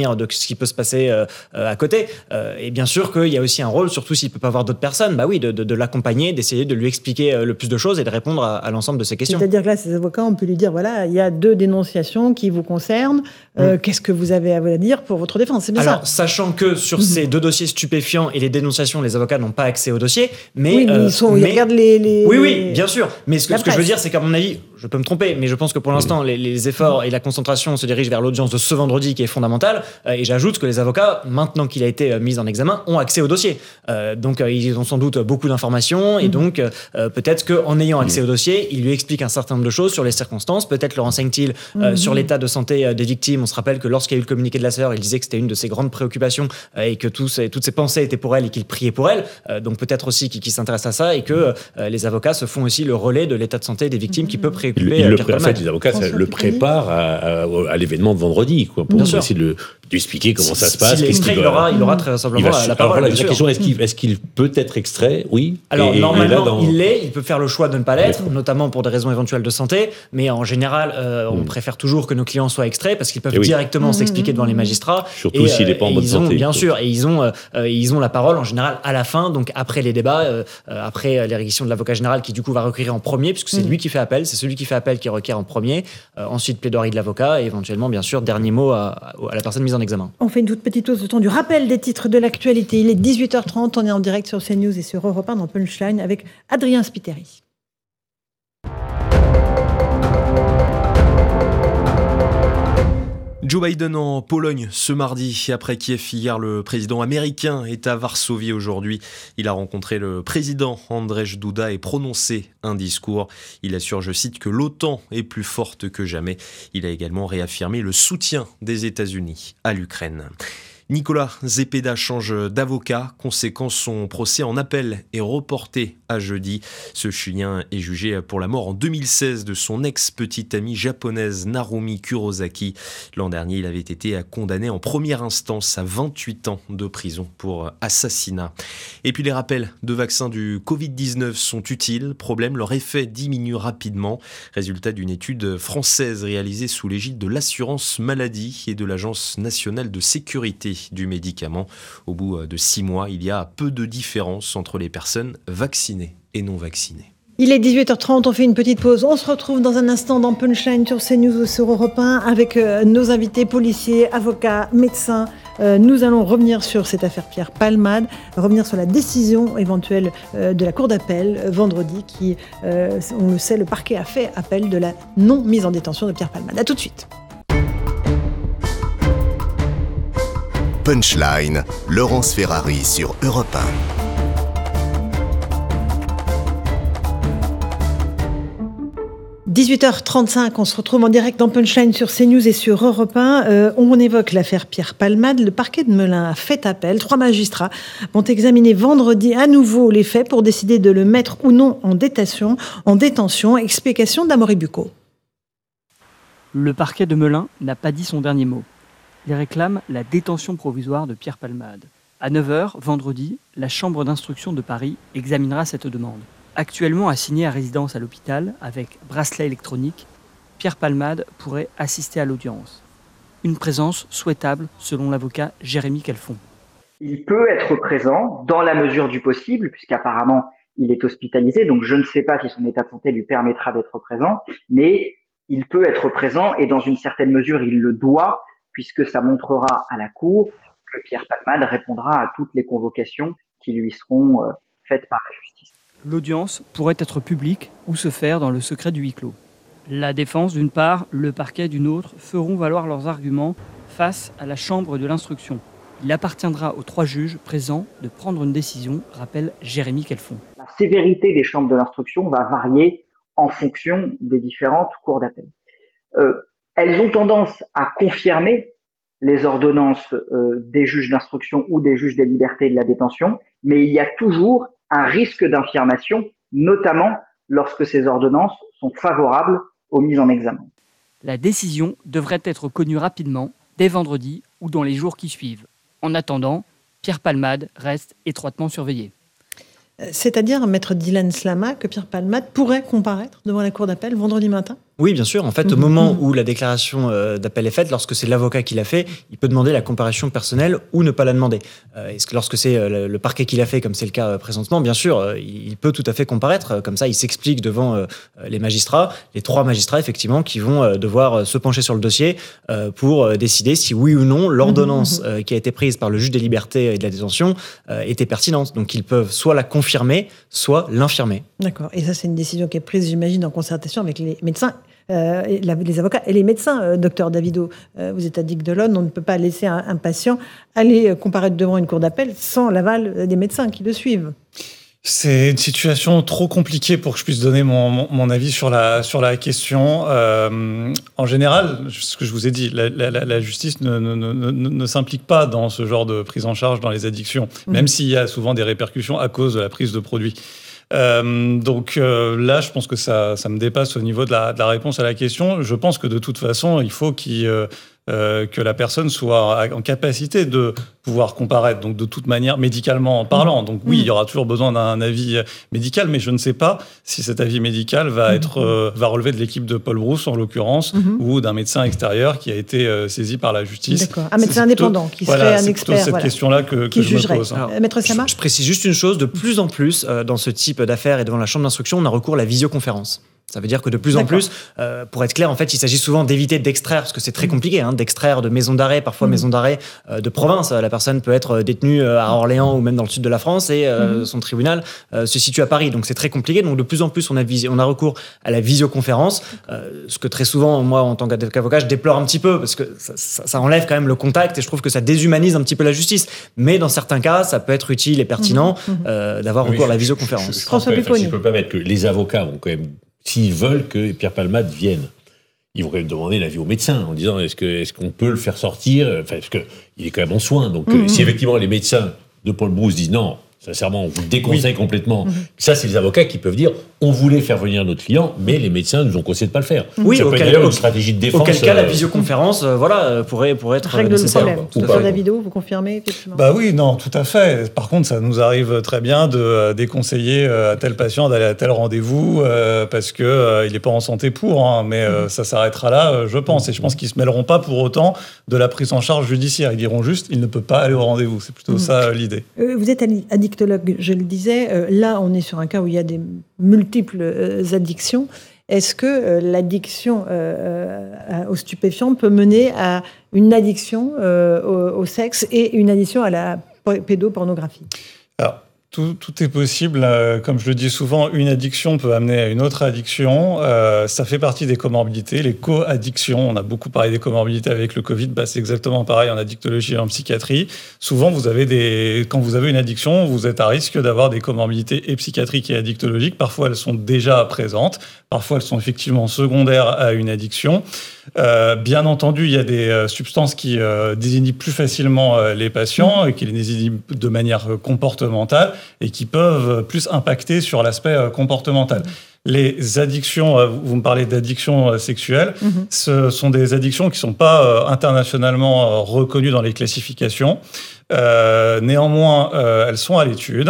prévenir de ce qui peut se passer euh, euh, à côté. Euh, et bien sûr qu'il y a aussi un rôle, surtout s'il peut pas avoir d'autres personnes, bah oui, de, de, de l'accompagner, d'essayer de lui expliquer euh, le plus de choses et de répondre à, à l'ensemble de ces questions. C'est-à-dire que là, ces avocats, on peut lui dire, voilà, il y a deux dénonciations qui vous concernent, euh, mmh. qu'est-ce que vous avez à dire pour votre défense? C'est bien Alors, ça. Sachant que sur mmh. ces deux dossiers stupéfiants et les dénonciations, les avocats n'ont pas accès au dossier, mais... Oui, mais euh, ils, sont, mais... ils regardent les, les... Oui, oui, bien sûr. Mais ce que, ce que je veux dire, c'est qu'à mon avis, je peux me tromper, mais je pense que pour l'instant, les, les efforts et la concentration se dirigent vers l'audience de ce vendredi qui est fondamentale. Euh, et j'ajoute que les avocats, maintenant qu'il a été euh, mis en examen, ont accès au dossier. Euh, donc, euh, ils ont sans doute beaucoup d'informations. Et mmh. donc, euh, peut-être qu'en ayant accès au dossier, il lui explique un certain nombre de choses sur les circonstances. Peut-être le renseigne-t-il euh, mmh. sur l'état de santé euh, des victimes. On se rappelle que lorsqu'il y a eu le communiqué de la sœur, il disait que c'était une de ses grandes préoccupations euh, et que tous, toutes ses pensées étaient pour elle et qu'il priait pour elle. Euh, donc, peut-être aussi qu'il, qu'il s'intéresse à ça et que euh, les avocats se font aussi le relais de l'état de santé des victimes mmh. qui peut préoccuper il, euh, le Pierre En fait, les avocats ça, le préparent à, à, à l'événement de vendredi, quoi, pour essayer de, de lui expliquer comment si, ça se passe. Si l'extrait, il, il, aura, il aura très simplement la, la parole. Alors, la question, est-ce qu'il, est-ce qu'il peut être extrait? Oui. Alors, et, normalement, et dans... il l'est. Il peut faire le choix de ne pas l'être, oui. notamment pour des raisons éventuelles de santé. Mais en général, euh, on mmh. préfère toujours que nos clients soient extraits parce qu'ils peuvent oui. directement mmh. s'expliquer devant les magistrats. Surtout et, s'il n'est pas en bonne ils ont, santé. Bien sûr. Et ils ont, euh, ils ont la parole en général à la fin, donc après les débats, euh, après l'érection de l'avocat général qui, du coup, va requérir en premier, puisque c'est mmh. lui qui fait appel. C'est celui qui fait appel qui requiert en premier. Euh, ensuite, plaidoirie de l'avocat et éventuellement, bien sûr, dernier mot à, à la personne mise en examen. On fait une toute petite pause de temps du rappel des titres de l'actualité. Il est dix-huit heures trente, on est en direct sur CNews et sur Europe un dans Punchline avec Adrien Spiteri. Joe Biden en Pologne ce mardi. Après Kiev hier, le président américain est à Varsovie aujourd'hui. Il a rencontré le président Andrzej Duda et prononcé un discours. Il assure, je cite, que l'OTAN est plus forte que jamais. Il a également réaffirmé le soutien des États-Unis à l'Ukraine. Nicolas Zepeda change d'avocat. Conséquence, son procès en appel est reporté à jeudi. Ce Chilien est jugé pour la mort en deux mille seize de son ex-petite amie japonaise Narumi Kurosaki. L'an dernier, il avait été condamné en première instance à vingt-huit ans de prison pour assassinat. Et puis les rappels de vaccins du covid dix-neuf sont utiles. Problème, leur effet diminue rapidement. Résultat d'une étude française réalisée sous l'égide de l'assurance maladie et de l'Agence nationale de sécurité du médicament. Au bout de six mois, il y a peu de différence entre les personnes vaccinées et non vaccinées. Il est dix-huit heures trente, on fait une petite pause. On se retrouve dans un instant dans Punchline sur CNews ou sur Europe un avec euh, nos invités, policiers, avocats, médecins. Euh, nous allons revenir sur cette affaire Pierre Palmade, revenir sur la décision éventuelle euh, de la Cour d'appel euh, vendredi qui, euh, on le sait, le parquet a fait appel de la non-mise en détention de Pierre Palmade. A tout de suite. Punchline, Laurence Ferrari sur Europe un. dix-huit heures trente-cinq, on se retrouve en direct dans Punchline sur CNews et sur Europe un. Euh, on évoque l'affaire Pierre Palmade. Le parquet de Melun a fait appel. Trois magistrats vont examiner vendredi à nouveau les faits pour décider de le mettre ou non en détention. En détention. Explication d'Amaury Bucco. Le parquet de Melun n'a pas dit son dernier mot. Il réclame la détention provisoire de Pierre Palmade. À neuf heures, vendredi, la chambre d'instruction de Paris examinera cette demande. Actuellement assigné à résidence à l'hôpital avec bracelet électronique, Pierre Palmade pourrait assister à l'audience. Une présence souhaitable selon l'avocat Jérémy Calfon. Il peut être présent dans la mesure du possible, puisqu'apparemment il est hospitalisé, donc je ne sais pas si son état de santé lui permettra d'être présent, mais il peut être présent et dans une certaine mesure il le doit, puisque ça montrera à la Cour que Pierre Palmade répondra à toutes les convocations qui lui seront euh, faites par la justice. L'audience pourrait être publique ou se faire dans le secret du huis clos. La défense d'une part, le parquet d'une autre feront valoir leurs arguments face à la chambre de l'instruction. Il appartiendra aux trois juges présents de prendre une décision, rappelle Jérémy Calfon. La sévérité des chambres de l'instruction va varier en fonction des différentes cours d'appel. Euh, elles ont tendance à confirmer les ordonnances euh, des juges d'instruction ou des juges des libertés et de la détention, mais il y a toujours un risque d'infirmation, notamment lorsque ces ordonnances sont favorables aux mises en examen. La décision devrait être connue rapidement, dès vendredi ou dans les jours qui suivent. En attendant, Pierre Palmade reste étroitement surveillé. C'est-à-dire, maître Dylan Slama, que Pierre Palmade pourrait comparaître devant la cour d'appel vendredi matin ? Oui, bien sûr. En fait, au Mmh. moment Mmh. où la déclaration euh, d'appel est faite, lorsque c'est l'avocat qui l'a fait, il peut demander la comparution personnelle ou ne pas la demander. Euh, est-ce que lorsque c'est euh, le, le parquet qui l'a fait, comme c'est le cas euh, présentement, bien sûr, euh, il, il peut tout à fait comparaître. Euh, Comme ça, il s'explique devant euh, les magistrats, les trois magistrats, effectivement, qui vont euh, devoir euh, se pencher sur le dossier euh, pour euh, décider si oui ou non l'ordonnance Mmh. euh, qui a été prise par le juge des libertés et de la détention euh, était pertinente. Donc, ils peuvent soit la confirmer, soit l'infirmer. D'accord. Et ça, c'est une décision qui est prise, j'imagine, en concertation avec les médecins. Euh, et la- les avocats et les médecins, euh, docteur Davido. Euh, vous êtes addict de l'Aune, on ne peut pas laisser un, un patient aller euh, comparaître devant une cour d'appel sans l'aval euh, des médecins qui le suivent. C'est une situation trop compliquée pour que je puisse donner mon, mon, mon avis sur la, sur la question. Euh, en général, ce que je vous ai dit, la, la, la justice ne, ne, ne, ne, ne s'implique pas dans ce genre de prise en charge dans les addictions, mmh. même s'il y a souvent des répercussions à cause de la prise de produits. Euh, donc euh, là, je pense que ça, ça me dépasse au niveau de la, de la réponse à la question. Je pense que de toute façon, il faut qu'il, euh, euh, que la personne soit en capacité de pouvoir comparaître, donc de toute manière, médicalement parlant. Donc oui, il y aura toujours besoin d'un avis médical, mais je ne sais pas si cet avis médical va, être, euh, va relever de l'équipe de Paul Brousse, en l'occurrence, mm-hmm. ou d'un médecin extérieur qui a été euh, saisi par la justice. D'accord. Un médecin indépendant qui serait voilà, un c'est expert. C'est cette voilà. question-là que, que je jugerait. me pose. Alors, Maître Sama ? je, je précise juste une chose, de plus en plus, euh, dans ce type d'affaires et devant la chambre d'instruction, on a recours à la visioconférence. Ça veut dire que de plus en plus, euh, pour être clair, en fait, il s'agit souvent d'éviter d'extraire, parce que c'est très compliqué, hein, d'extraire de maisons d'arrêt, parfois mmh. maisons d'arrêt euh, de province. La personne peut être détenue à Orléans ou même dans le sud de la France et euh, mmh. son tribunal euh, se situe à Paris. Donc c'est très compliqué. Donc de plus en plus, on a, visi- on a recours à la visioconférence, euh, ce que très souvent, moi, en tant qu'avocat, je déplore un petit peu, parce que ça, ça, ça enlève quand même le contact et je trouve que ça déshumanise un petit peu la justice. Mais dans certains cas, ça peut être utile et pertinent mmh. euh, d'avoir oui, recours je, à la visioconférence. Je, je, je François Pupponi. Si je peux permettre que les avocats vont quand même, s'ils veulent que Pierre Palmade vienne, ils vont quand même demander l'avis au médecin en disant est-ce, que, est-ce qu'on peut le faire sortir, enfin, parce qu'il est quand même en soins. Donc, mmh. euh, si effectivement les médecins de Paul Brousse disent non, sincèrement, on vous le déconseille oui. complètement. Mmh. Ça, c'est les avocats qui peuvent dire on voulait faire venir notre client, mais les médecins nous ont conseillé de ne pas le faire. Oui, ça peut peut être d'ailleurs une stratégie de défense. Auquel cas, euh, la visioconférence euh, voilà, pourrait, pourrait être règle nécessaire. le problème. Docteur Davido, vous confirmez effectivement ? Bah oui, non, tout à fait. Par contre, ça nous arrive très bien de euh, déconseiller euh, à tel patient d'aller à tel rendez-vous euh, parce qu'il euh, n'est pas en santé pour, hein, mais euh, mmh. ça s'arrêtera là, euh, je pense. Et je pense qu'ils ne se mêleront pas pour autant de la prise en charge judiciaire. Ils diront juste il ne peut pas aller au rendez-vous. C'est plutôt mmh. ça euh, l'idée. Euh, vous êtes addictologue, je le disais. Euh, là, on est sur un cas où il y a des multiples euh, addictions. Est-ce que euh, l'addiction euh, euh, aux stupéfiants peut mener à une addiction euh, au, au sexe et une addiction à la pédopornographie ? Alors, tout, tout est possible. Euh, comme je le dis souvent, une addiction peut amener à une autre addiction. Euh, ça fait partie des comorbidités, les co-addictions. On a beaucoup parlé des comorbidités avec le Covid. Bah, c'est exactement pareil en addictologie et en psychiatrie. Souvent, vous avez des... quand vous avez une addiction, vous êtes à risque d'avoir des comorbidités et psychiatriques et addictologiques. Parfois, elles sont déjà présentes. Parfois, elles sont effectivement secondaires à une addiction. Euh, bien entendu, il y a des euh, substances qui euh, désinhibent plus facilement euh, les patients et qui les désinhibent de manière euh, comportementale et qui peuvent plus impacter sur l'aspect euh, comportemental. Les addictions, euh, vous me parlez d'addictions euh, sexuelles, mm-hmm. ce sont des addictions qui ne sont pas euh, internationalement euh, reconnues dans les classifications. Euh, néanmoins, euh, elles sont à l'étude.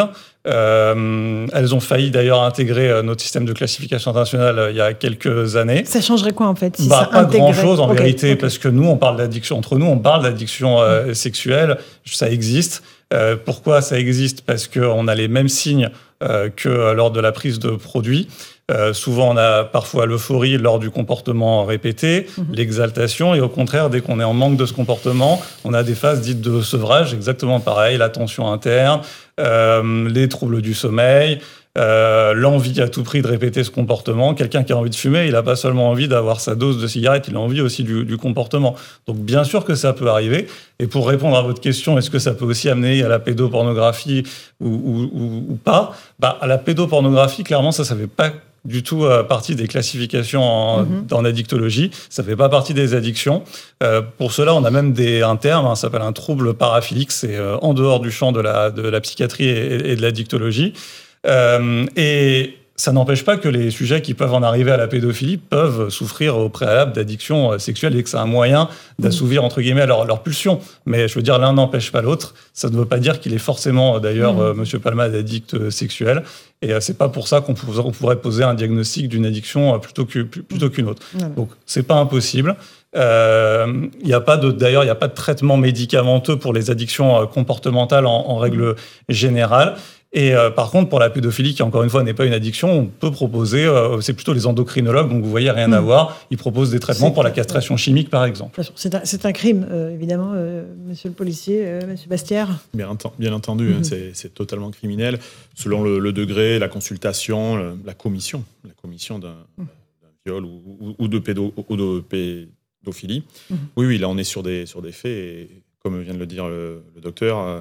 Euh, elles ont failli d'ailleurs intégrer euh, notre système de classification internationale euh, il y a quelques années. Ça changerait quoi en fait si bah, ça Pas grand-chose en okay, vérité, okay. parce que nous, on parle d'addiction entre nous, on parle d'addiction euh, mmh. sexuelle, ça existe. Euh, pourquoi ça existe ? Parce qu'on a les mêmes signes euh, que lors de la prise de produits. Euh, souvent, on a parfois l'euphorie lors du comportement répété, mmh. l'exaltation, et au contraire, dès qu'on est en manque de ce comportement, on a des phases dites de sevrage, exactement pareil, la tension interne, euh, les troubles du sommeil, euh, l'envie à tout prix de répéter ce comportement. Quelqu'un qui a envie de fumer, il n'a pas seulement envie d'avoir sa dose de cigarette, il a envie aussi du, du comportement. Donc bien sûr que ça peut arriver. Et pour répondre à votre question, est-ce que ça peut aussi amener à la pédopornographie ou, ou, ou, ou pas ? Bah, à la pédopornographie, clairement, ça ne fait pas du tout euh, partie des classifications en, mm-hmm. en addictologie. Ça ne fait pas partie des addictions. Euh, pour cela, on a même des, un terme, hein, ça s'appelle un trouble paraphilique. C'est euh, en dehors du champ de la, de la psychiatrie et, et de l'addictologie. Euh, et ça n'empêche pas que les sujets qui peuvent en arriver à la pédophilie peuvent souffrir au préalable d'addiction sexuelle et que c'est un moyen d'assouvir, entre guillemets, leur, leur pulsion. Mais je veux dire, l'un n'empêche pas l'autre. Ça ne veut pas dire qu'il est forcément, d'ailleurs, mmh. euh, Monsieur Palmade addict sexuel. Et euh, c'est pas pour ça qu'on pour, on pourrait poser un diagnostic d'une addiction plutôt, que, plutôt qu'une autre. Mmh. Donc, c'est pas impossible. Euh, y a pas de, d'ailleurs, il n'y a pas de traitement médicamenteux pour les addictions comportementales en, en règle générale. Et euh, par contre, pour la pédophilie, qui encore une fois n'est pas une addiction, on peut proposer, euh, c'est plutôt les endocrinologues, donc vous voyez, rien mmh. à voir, ils proposent des traitements c'est pour la castration chimique, par exemple. C'est un, c'est un crime, euh, évidemment, euh, monsieur le policier, euh, monsieur Bastière. Bien, bien entendu, mmh. hein, c'est, c'est totalement criminel, selon le, le degré, la consultation, le, la commission, la commission d'un, mmh. d'un viol ou, ou, ou, de pédo, ou de pédophilie. Mmh. Oui, oui, là on est sur des, sur des faits, et comme vient de le dire le, le docteur, euh,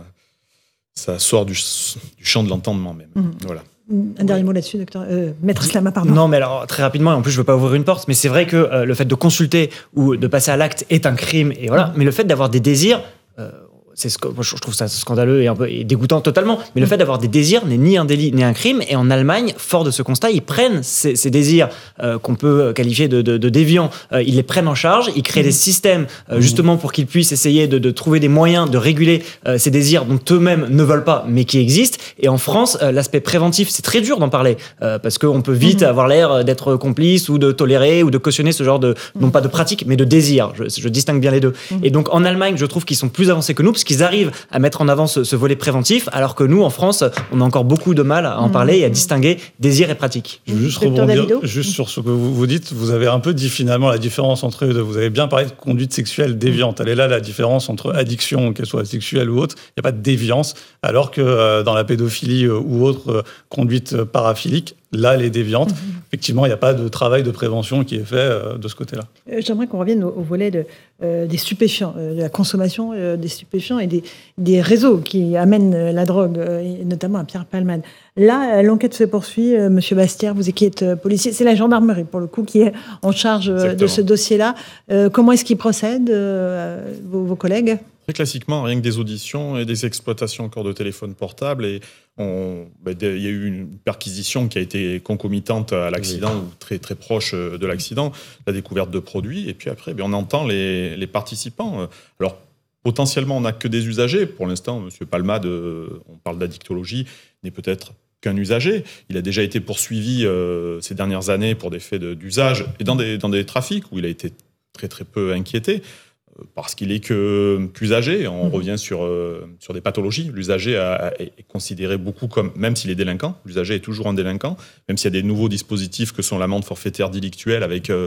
ça sort du, du champ de l'entendement même. Mmh. Voilà. Un dernier ouais. mot là-dessus, docteur. Euh, Maître Slama, pardon. Non, mais alors, très rapidement, et en plus, je ne veux pas ouvrir une porte, mais c'est vrai que euh, le fait de consulter ou de passer à l'acte est un crime, et voilà. Mmh. Mais le fait d'avoir des désirs, euh, c'est ce que, moi, je trouve ça scandaleux et un peu et dégoûtant totalement. Mais le fait d'avoir des désirs n'est ni un délit ni un crime. Et en Allemagne, fort de ce constat, ils prennent ces, ces désirs euh, qu'on peut qualifier de, de, de déviants. Euh, ils les prennent en charge. Ils créent mmh. des systèmes euh, justement pour qu'ils puissent essayer de, de trouver des moyens de réguler euh, ces désirs dont eux-mêmes ne veulent pas, mais qui existent. Et en France, euh, l'aspect préventif, c'est très dur d'en parler euh, parce qu'on peut vite mmh. avoir l'air d'être complice ou de tolérer ou de cautionner ce genre de mmh. non pas de pratique, mais de désir. Je, je distingue bien les deux. Mmh. Et donc en Allemagne, je trouve qu'ils sont plus avancés que nous parce qu'ils arrivent à mettre en avant ce, ce volet préventif, alors que nous, en France, on a encore beaucoup de mal à en mmh. parler et à distinguer désir et pratique. Je veux juste Docteur rebondir Davido. juste sur ce que vous, vous dites. Vous avez un peu dit finalement la différence entre eux deux. Vous avez bien parlé de conduite sexuelle déviante. Elle est là, la différence entre addiction, qu'elle soit sexuelle ou autre. Il n'y a pas de déviance, alors que euh, dans la pédophilie euh, ou autre euh, conduite paraphilique, là, elle est déviante. Mmh. Effectivement, il n'y a pas de travail de prévention qui est fait euh, de ce côté-là. Euh, j'aimerais qu'on revienne au, au volet de, euh, des stupéfiants, euh, de la consommation euh, des stupéfiants et des, des réseaux qui amènent euh, la drogue, euh, et notamment à Pierre Palmade. Là, euh, l'enquête se poursuit. Euh, Monsieur Bastière, vous qui êtes euh, policier, c'est la gendarmerie, pour le coup, qui est en charge euh, de ce dossier-là. Euh, comment est-ce qu'ils procèdent, euh, vos, vos collègues ? Très classiquement, rien que des auditions et des exploitations encore de téléphones portables. Et on, ben, il y a eu une perquisition qui a été concomitante à l'accident oui. ou très, très proche de l'accident, la découverte de produits. Et puis après, ben, on entend les, les participants. Alors, potentiellement, on n'a que des usagers. Pour l'instant, M. Palmade, on parle d'addictologie, n'est peut-être qu'un usager. Il a déjà été poursuivi euh, ces dernières années pour des faits de, d'usage et dans des, dans des trafics où il a été très, très peu inquiété. Parce qu'il est que, qu'usager, on mmh. revient sur, euh, sur des pathologies. L'usager a, a, est considéré beaucoup comme, même s'il est délinquant, l'usager est toujours un délinquant, même s'il y a des nouveaux dispositifs que sont l'amende forfaitaire délictuelle avec... Euh,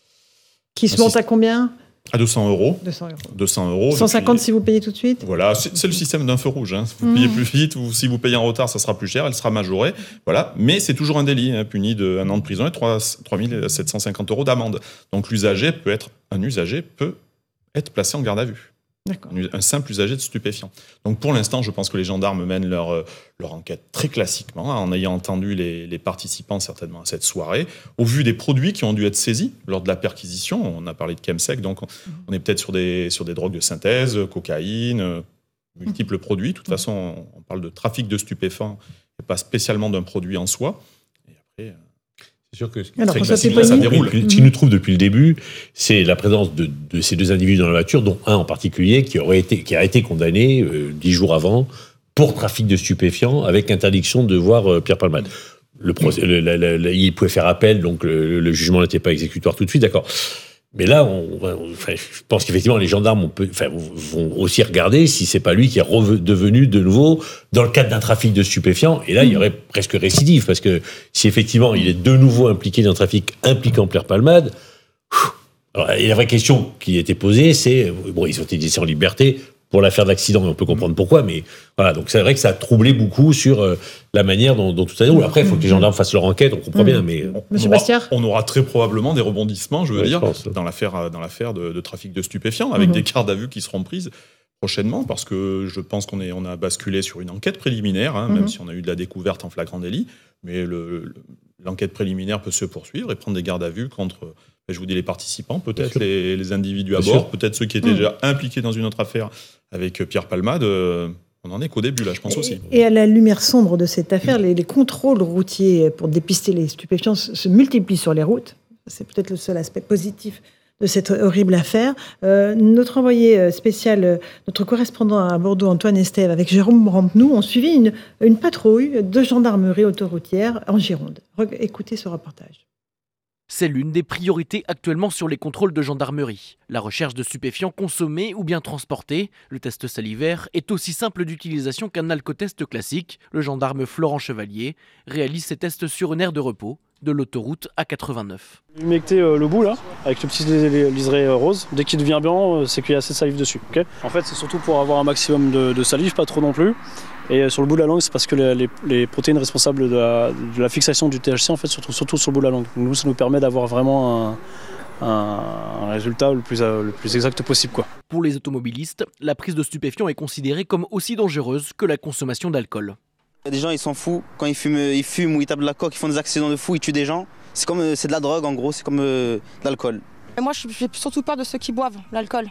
qui se monte à combien ? À deux cents euros. deux cents euros. deux cents euros. cent cinquante depuis... si vous payez tout de suite ? Voilà, c'est, c'est le système d'un feu rouge. Hein. Si vous mmh. payez plus vite ou si vous payez en retard, ça sera plus cher, elle sera majorée. Voilà. Mais c'est toujours un délit, hein, puni d'un an de prison et trois mille sept cent cinquante euros d'amende. Donc l'usager peut être... Un usager peut... être placé en garde à vue. D'accord. Un simple usager de stupéfiants. Donc pour l'instant, je pense que les gendarmes mènent leur, leur enquête très classiquement, en ayant entendu les, les participants certainement à cette soirée. Au vu des produits qui ont dû être saisis lors de la perquisition, on a parlé de chemsec, donc on, on est peut-être sur des, sur des drogues de synthèse, cocaïne, multiples mmh. produits. De toute mmh. façon, on parle de trafic de stupéfiants et pas spécialement d'un produit en soi. Et après... C'est sûr que Alors, très ça, ça déroule. Ce qui nous trouve depuis le début, c'est la présence de, de ces deux individus dans la voiture, dont un en particulier qui, aurait été, qui a été condamné euh, dix jours avant pour trafic de stupéfiants avec interdiction de voir euh, Pierre Palmade. Le procès, le, la, la, la, il pouvait faire appel, donc le, le jugement n'était pas exécutoire tout de suite, d'accord. Mais là, on, on, enfin, je pense qu'effectivement, les gendarmes on peut, enfin, vont aussi regarder si c'est pas lui qui est redevenu de nouveau dans le cadre d'un trafic de stupéfiants. Et là, il y aurait presque récidive, parce que si effectivement il est de nouveau impliqué dans un trafic impliquant Pierre Palmade, alors, et la vraie question qui a été posée, c'est bon, ils ont été laissés en liberté pour l'affaire de l'accident, et on peut comprendre pourquoi, mais voilà, donc c'est vrai que ça a troublé beaucoup sur euh, la manière dont, dont tout ça déroule. Après, il faut que les gendarmes fassent leur enquête, on comprend mmh. bien, mais... On, Monsieur on Bastière aura, on aura très probablement des rebondissements, je veux ouais, dire, je dans l'affaire, dans l'affaire de, de trafic de stupéfiants, avec mmh. des gardes à vue qui seront prises prochainement, parce que je pense qu'on est, on a basculé sur une enquête préliminaire, hein, mmh. même si on a eu de la découverte en flagrant délit, mais le, le, l'enquête préliminaire peut se poursuivre et prendre des gardes à vue contre... Je vous dis les participants, peut-être les, les individus à bord, peut-être ceux qui étaient mmh. déjà impliqués dans une autre affaire avec Pierre Palmade. Euh, on en est qu'au début, là, je pense et, aussi. Et à la lumière sombre de cette affaire, les, les contrôles routiers pour dépister les stupéfiants se, se multiplient sur les routes. C'est peut-être le seul aspect positif de cette horrible affaire. Euh, notre envoyé spécial, notre correspondant à Bordeaux, Antoine Estève, avec Jérôme Rampenou, ont suivi une, une patrouille de gendarmerie autoroutière en Gironde. Écoutez ce reportage. C'est l'une des priorités actuellement sur les contrôles de gendarmerie. La recherche de stupéfiants consommés ou bien transportés. Le test salivaire est aussi simple d'utilisation qu'un alcotest classique. Le gendarme Florent Chevalier réalise ses tests sur une aire de repos de l'autoroute A quatre-vingt-neuf. Humecter euh, le bout là, avec le petit liseré euh, rose. Dès qu'il devient blanc, euh, c'est qu'il y a assez de salive dessus. Okay, en fait, c'est surtout pour avoir un maximum de, de salive, pas trop non plus. Et euh, sur le bout de la langue, c'est parce que les, les, les protéines responsables de la, de la fixation du T H C en fait, se trouvent surtout sur le bout de la langue. Donc, nous, ça nous permet d'avoir vraiment un, un, un résultat le plus, euh, le plus exact possible, quoi. Pour les automobilistes, la prise de stupéfiants est considérée comme aussi dangereuse que la consommation d'alcool. Des gens ils s'en foutent, quand ils fument, ils fument ou ils tapent de la coke, ils font des accidents de fou, ils tuent des gens. C'est comme c'est de la drogue en gros, c'est comme euh, de l'alcool. Moi j'ai surtout peur de ceux qui boivent l'alcool.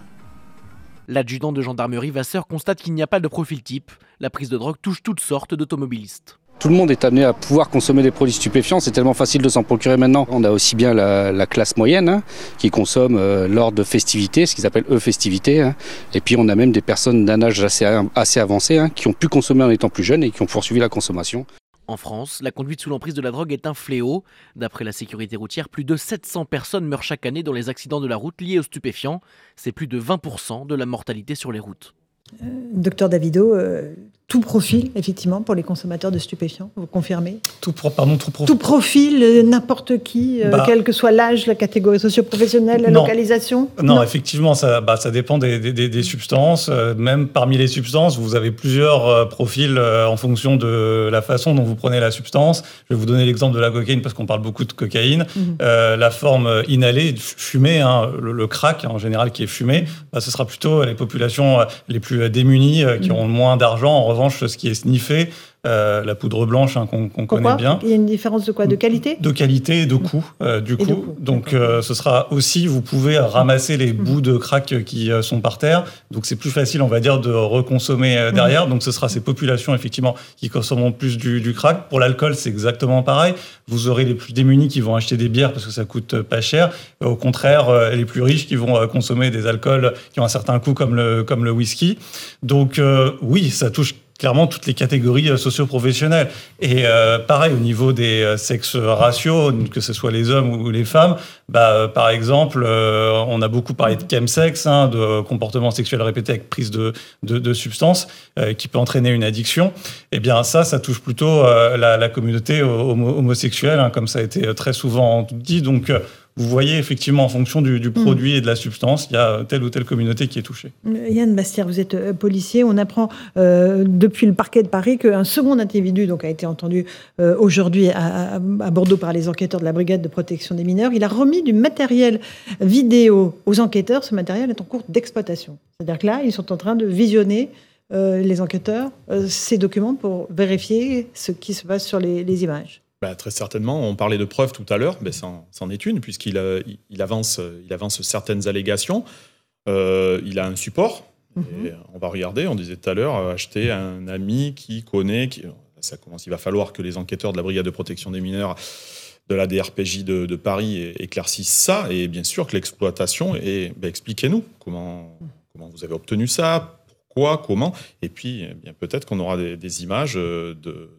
L'adjudant de gendarmerie Vasseur constate qu'il n'y a pas de profil type. La prise de drogue touche toutes sortes d'automobilistes. Tout le monde est amené à pouvoir consommer des produits stupéfiants, c'est tellement facile de s'en procurer maintenant. On a aussi bien la, la classe moyenne hein, qui consomme euh, lors de festivités, ce qu'ils appellent eux festivités. Hein. Et puis on a même des personnes d'un âge assez, assez avancé hein, qui ont pu consommer en étant plus jeunes et qui ont poursuivi la consommation. En France, la conduite sous l'emprise de la drogue est un fléau. D'après la sécurité routière, plus de sept cents personnes meurent chaque année dans les accidents de la route liés aux stupéfiants. C'est plus de vingt pour cent de la mortalité sur les routes. Euh, docteur Davido, euh, tout profil, effectivement, pour les consommateurs de stupéfiants, vous confirmez ? Tout, pro, pardon, tout, pro... tout profil, euh, n'importe qui, euh, bah, quel que soit l'âge, la catégorie socio-professionnelle, la non. localisation ? Non, non, effectivement, ça, bah, ça dépend des, des, des substances. Euh, même parmi les substances, vous avez plusieurs euh, profils euh, en fonction de la façon dont vous prenez la substance. Je vais vous donner l'exemple de la cocaïne parce qu'on parle beaucoup de cocaïne. Mmh. Euh, la forme inhalée, fumée, hein, le, le crack en général qui est fumé, bah, ce sera plutôt les populations les plus démunis euh, qui mmh. ont moins d'argent. En revanche, ce qui est sniffé, euh, la poudre blanche hein, qu'on, qu'on connaît bien. Il y a une différence de quoi ? De qualité ? De qualité et de coût, euh, du coup. coup. Donc, euh, ce sera aussi, vous pouvez ramasser les mmh. bouts de crack qui euh, sont par terre. Donc, c'est plus facile, on va dire, de reconsommer euh, derrière. Mmh. Donc, ce sera ces populations, effectivement, qui consommeront plus du, du crack. Pour l'alcool, c'est exactement pareil. Vous aurez les plus démunis qui vont acheter des bières parce que ça coûte pas cher. Au contraire, euh, les plus riches qui vont euh, consommer des alcools qui ont un certain coût, comme le, comme le whisky. Donc, euh, oui, ça touche clairement toutes les catégories euh, socio-professionnelles. Et euh, pareil, au niveau des euh, sexes ratios, que ce soit les hommes ou les femmes, bah, euh, par exemple, euh, on a beaucoup parlé de chemsex, hein, de comportements sexuels répétés avec prise de, de, de substances, euh, qui peut entraîner une addiction. Et bien ça, ça touche plutôt euh, la, la communauté homo- homosexuelle, hein, comme ça a été très souvent dit. Donc, euh, vous voyez effectivement en fonction du, du produit mmh. et de la substance, il y a telle ou telle communauté qui est touchée. Yann Bastière, vous êtes policier. On apprend euh, depuis le parquet de Paris qu'un second individu donc, a été entendu euh, aujourd'hui à, à Bordeaux par les enquêteurs de la brigade de protection des mineurs. Il a remis du matériel vidéo aux enquêteurs. Ce matériel est en cours d'exploitation. C'est-à-dire que là, ils sont en train de visionner, euh, les enquêteurs, euh, ces documents pour vérifier ce qui se passe sur les, les images. Bah, très certainement, on parlait de preuves tout à l'heure, ben, c'en, c'en est une, puisqu'il a, il avance, il avance certaines allégations. Euh, il a un support, mmh. et on va regarder, on disait tout à l'heure, acheter un ami qui connaît, qui, ça commence, il va falloir que les enquêteurs de la brigade de protection des mineurs de la D R P J de, de Paris éclaircissent ça, et bien sûr que l'exploitation, et, ben, expliquez-nous comment, comment vous avez obtenu ça, pourquoi, comment, et puis eh bien, peut-être qu'on aura des, des images de...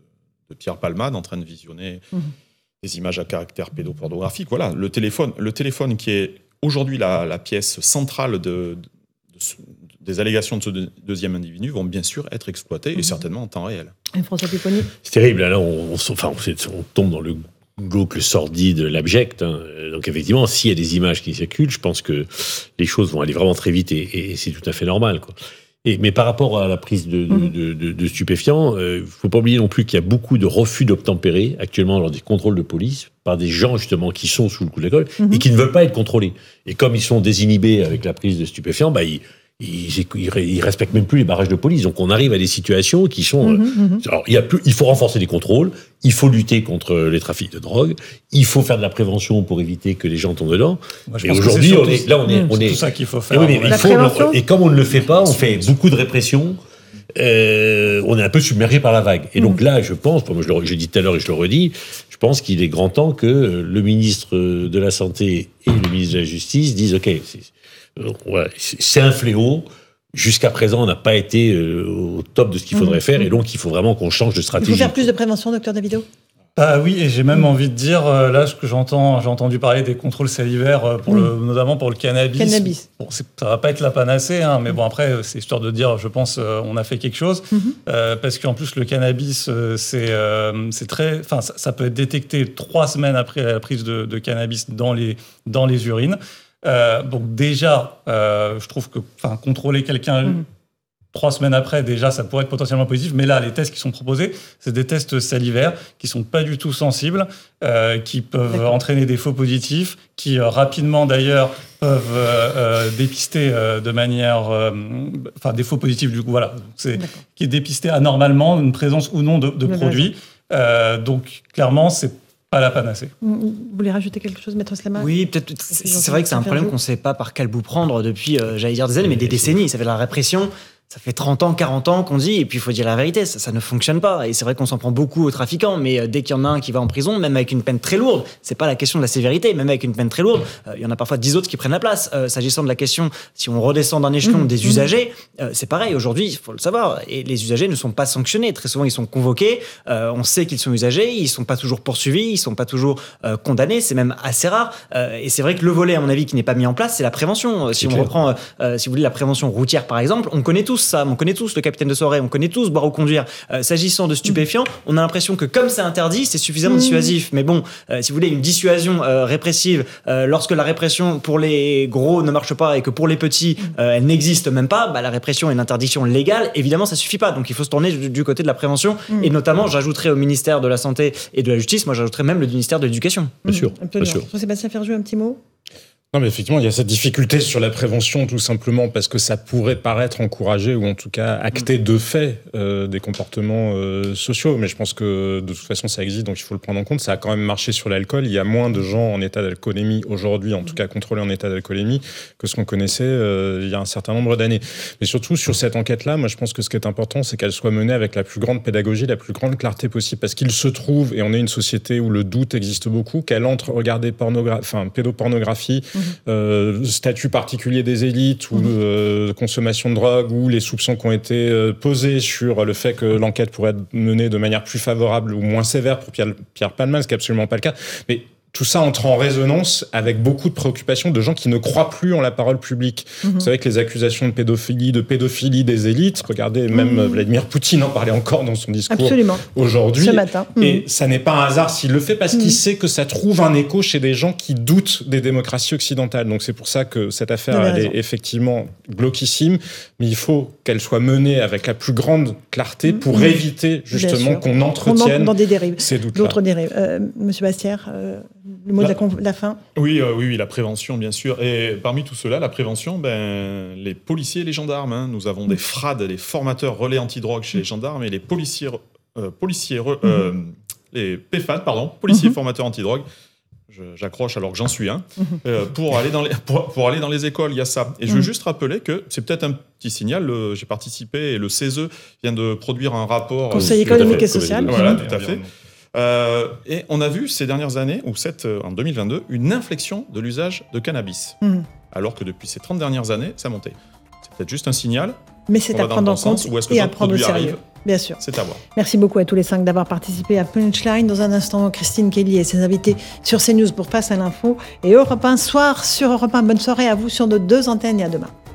de Pierre Palmade en train de visionner mmh. des images à caractère pédopornographique. Voilà, le téléphone, le téléphone qui est aujourd'hui la, la pièce centrale de, de, de ce, des allégations de ce de, deuxième individu vont bien sûr être exploitées mmh. et certainement en temps réel. Et François Pupponi ? C'est terrible, là on, on, enfin, on, on tombe dans le glauque, le sordide, l'abject. Hein. Donc effectivement, s'il y a des images qui circulent, je pense que les choses vont aller vraiment très vite et, et c'est tout à fait normal, quoi. Et, mais par rapport à la prise de, de, de, de, de stupéfiants, il euh, ne faut pas oublier non plus qu'il y a beaucoup de refus d'obtempérer actuellement lors des contrôles de police par des gens justement qui sont sous le coup de l'alcool mm-hmm. et qui ne veulent pas être contrôlés. Et comme ils sont désinhibés avec la prise de stupéfiants, bah, ils Ils, ils, ils respectent même plus les barrages de police. Donc on arrive à des situations qui sont... Mmh, mmh. Alors il, y a plus, il faut renforcer les contrôles, il faut lutter contre les trafics de drogue, il faut faire de la prévention pour éviter que les gens tombent dedans. Moi, je et pense aujourd'hui, que c'est on est, là on est... mmh, on c'est est tout ça qu'il faut faire. Et, oui, mais la il faut, et comme on ne le fait pas, on fait beaucoup de répression. euh, on est un peu submergé par la vague. Et donc là, je pense, comme je l'ai dit tout à l'heure et je le redis, je pense qu'il est grand temps que le ministre de la Santé et le ministre de la Justice disent « Ok, c'est, euh, voilà, c'est un fléau ». Jusqu'à présent, on n'a pas été euh, au top de ce qu'il faudrait mmh. faire, et donc il faut vraiment qu'on change de stratégie. Il faut faire plus de prévention, docteur Davido ? Ah oui, et j'ai même mmh. envie de dire, euh, là, ce que j'entends, j'ai entendu parler des contrôles salivaires, pour mmh. le, notamment pour le cannabis. Cannabis. Bon, c'est, ça va pas être la panacée, hein, mais bon, après, c'est histoire de dire, je pense, euh, on a fait quelque chose, mmh. euh, parce qu'en plus, le cannabis, euh, c'est, euh, c'est très, enfin, ça, ça peut être détecté trois semaines après la prise de, de cannabis dans les, dans les urines. Euh, donc déjà, euh, je trouve que contrôler quelqu'un mmh. trois semaines après, déjà, ça pourrait être potentiellement positif. Mais là, les tests qui sont proposés, c'est des tests salivaires qui sont pas du tout sensibles, euh, qui peuvent D'accord. entraîner des faux positifs, qui euh, rapidement d'ailleurs peuvent euh, euh, dépister euh, de manière, euh, enfin des faux positifs du coup, voilà, c'est D'accord. qui est dépisté anormalement une présence ou non de, de produits. Euh, donc clairement, c'est à la panacée. Vous voulez rajouter quelque chose, Maître Slama ? Oui, peut-être. C'est, c'est vrai que c'est un problème qu'on ne sait pas par quel bout prendre depuis, euh, j'allais dire des années, mais des décennies. Ça fait de la répression. Ça fait trente ans, quarante ans qu'on dit, et puis il faut dire la vérité, ça, ça ne fonctionne pas. Et c'est vrai qu'on s'en prend beaucoup aux trafiquants, mais euh, dès qu'il y en a un qui va en prison, même avec une peine très lourde, c'est pas la question de la sévérité, même avec une peine très lourde, euh, il y en a parfois dix autres qui prennent la place. Euh, s'agissant de la question, si on redescend d'un échelon mmh, des mmh. usagers, euh, c'est pareil, aujourd'hui, il faut le savoir, et les usagers ne sont pas sanctionnés. Très souvent, ils sont convoqués, euh, on sait qu'ils sont usagers, ils sont pas toujours poursuivis, ils sont pas toujours euh, condamnés, c'est même assez rare. Euh, et c'est vrai que le volet, à mon avis, qui n'est pas mis en place, c'est la prévention. Si c'est on clair. reprend, euh, si vous voulez, la prévention routière, par exemple, on connaît tous ça, on connaît tous le capitaine de soirée, on connaît tous boire ou conduire. Euh, s'agissant de stupéfiants, on a l'impression que comme c'est interdit, c'est suffisamment mmh. dissuasif. Mais bon, euh, si vous voulez, une dissuasion euh, répressive, euh, lorsque la répression pour les gros ne marche pas et que pour les petits, euh, elle n'existe même pas, bah, la répression et l'interdiction légale, évidemment, ça suffit pas. Donc il faut se tourner du, du côté de la prévention. Mmh. Et notamment, j'ajouterais au ministère de la Santé et de la Justice, moi j'ajouterais même le ministère de l'Éducation. Bien mmh. sûr. Bien sûr. Sébastien Ferjou, un petit mot ? Non, mais effectivement, il y a cette difficulté sur la prévention, tout simplement parce que ça pourrait paraître encourager ou en tout cas acter de fait euh, des comportements euh, sociaux. Mais je pense que de toute façon, ça existe, donc il faut le prendre en compte. Ça a quand même marché sur l'alcool. Il y a moins de gens en état d'alcoolémie aujourd'hui, en tout cas contrôlés en état d'alcoolémie, que ce qu'on connaissait euh, il y a un certain nombre d'années. Mais surtout, sur cette enquête-là, moi, je pense que ce qui est important, c'est qu'elle soit menée avec la plus grande pédagogie, la plus grande clarté possible. Parce qu'il se trouve, et on est une société où le doute existe beaucoup, qu'elle entre regarder pornogra- enfin, pédopornographie, mmh. Euh, statut particulier des élites ou euh, consommation de drogue ou les soupçons qui ont été euh, posés sur le fait que l'enquête pourrait être menée de manière plus favorable ou moins sévère pour Pierre, Pierre Palmade, ce qui n'est absolument pas le cas. Mais tout ça entre en résonance avec beaucoup de préoccupations de gens qui ne croient plus en la parole publique. Mmh. Vous savez que les accusations de pédophilie, de pédophilie des élites, regardez, même mmh. Vladimir Poutine en parlait encore dans son discours Absolument. aujourd'hui. Ce matin. Mmh. Et ça n'est pas un hasard s'il le fait, parce mmh. qu'il sait que ça trouve un écho chez des gens qui doutent des démocraties occidentales. Donc c'est pour ça que cette affaire, elle est effectivement glauquissime, mais il faut qu'elle soit menée avec la plus grande clarté pour mmh. éviter justement qu'on entretienne dans des dérives. Ces doutes-là. D'autres dérives. Euh, Monsieur Bastière, euh, le mot la, de la, la fin. Oui, euh, oui, oui, la prévention, bien sûr. Et parmi tout cela, la prévention, ben, les policiers et les gendarmes. Hein. Nous avons des F R A D, les formateurs relais antidrogue chez les gendarmes, et les policiers, euh, policiers euh, mm-hmm. les P F A D, pardon, policiers mm-hmm. formateurs antidrogue. Je, j'accroche alors que j'en suis un. Hein, mm-hmm. euh, pour, aller dans les, pour, pour aller dans les écoles, il y a ça. Et je veux mm-hmm. juste rappeler que c'est peut-être un petit signal. Le, j'ai participé et le C E S E vient de produire un rapport. Conseil euh, économique et social. Voilà, mm-hmm. tout à fait. Euh, et on a vu ces dernières années, ou cette, en deux mille vingt-deux, une inflexion de l'usage de cannabis. Mmh. Alors que depuis ces trente dernières années, ça montait. C'est peut-être juste un signal. Mais c'est à prendre en compte et à prendre au sérieux. Arrivent. Bien sûr. C'est à voir. Merci beaucoup à tous les cinq d'avoir participé à Punchline. Dans un instant, Christine Kelly et ses invités sur CNews pour Face à l'info. Et Europe un soir sur Europe un. Bonne soirée à vous sur nos deux antennes et à demain.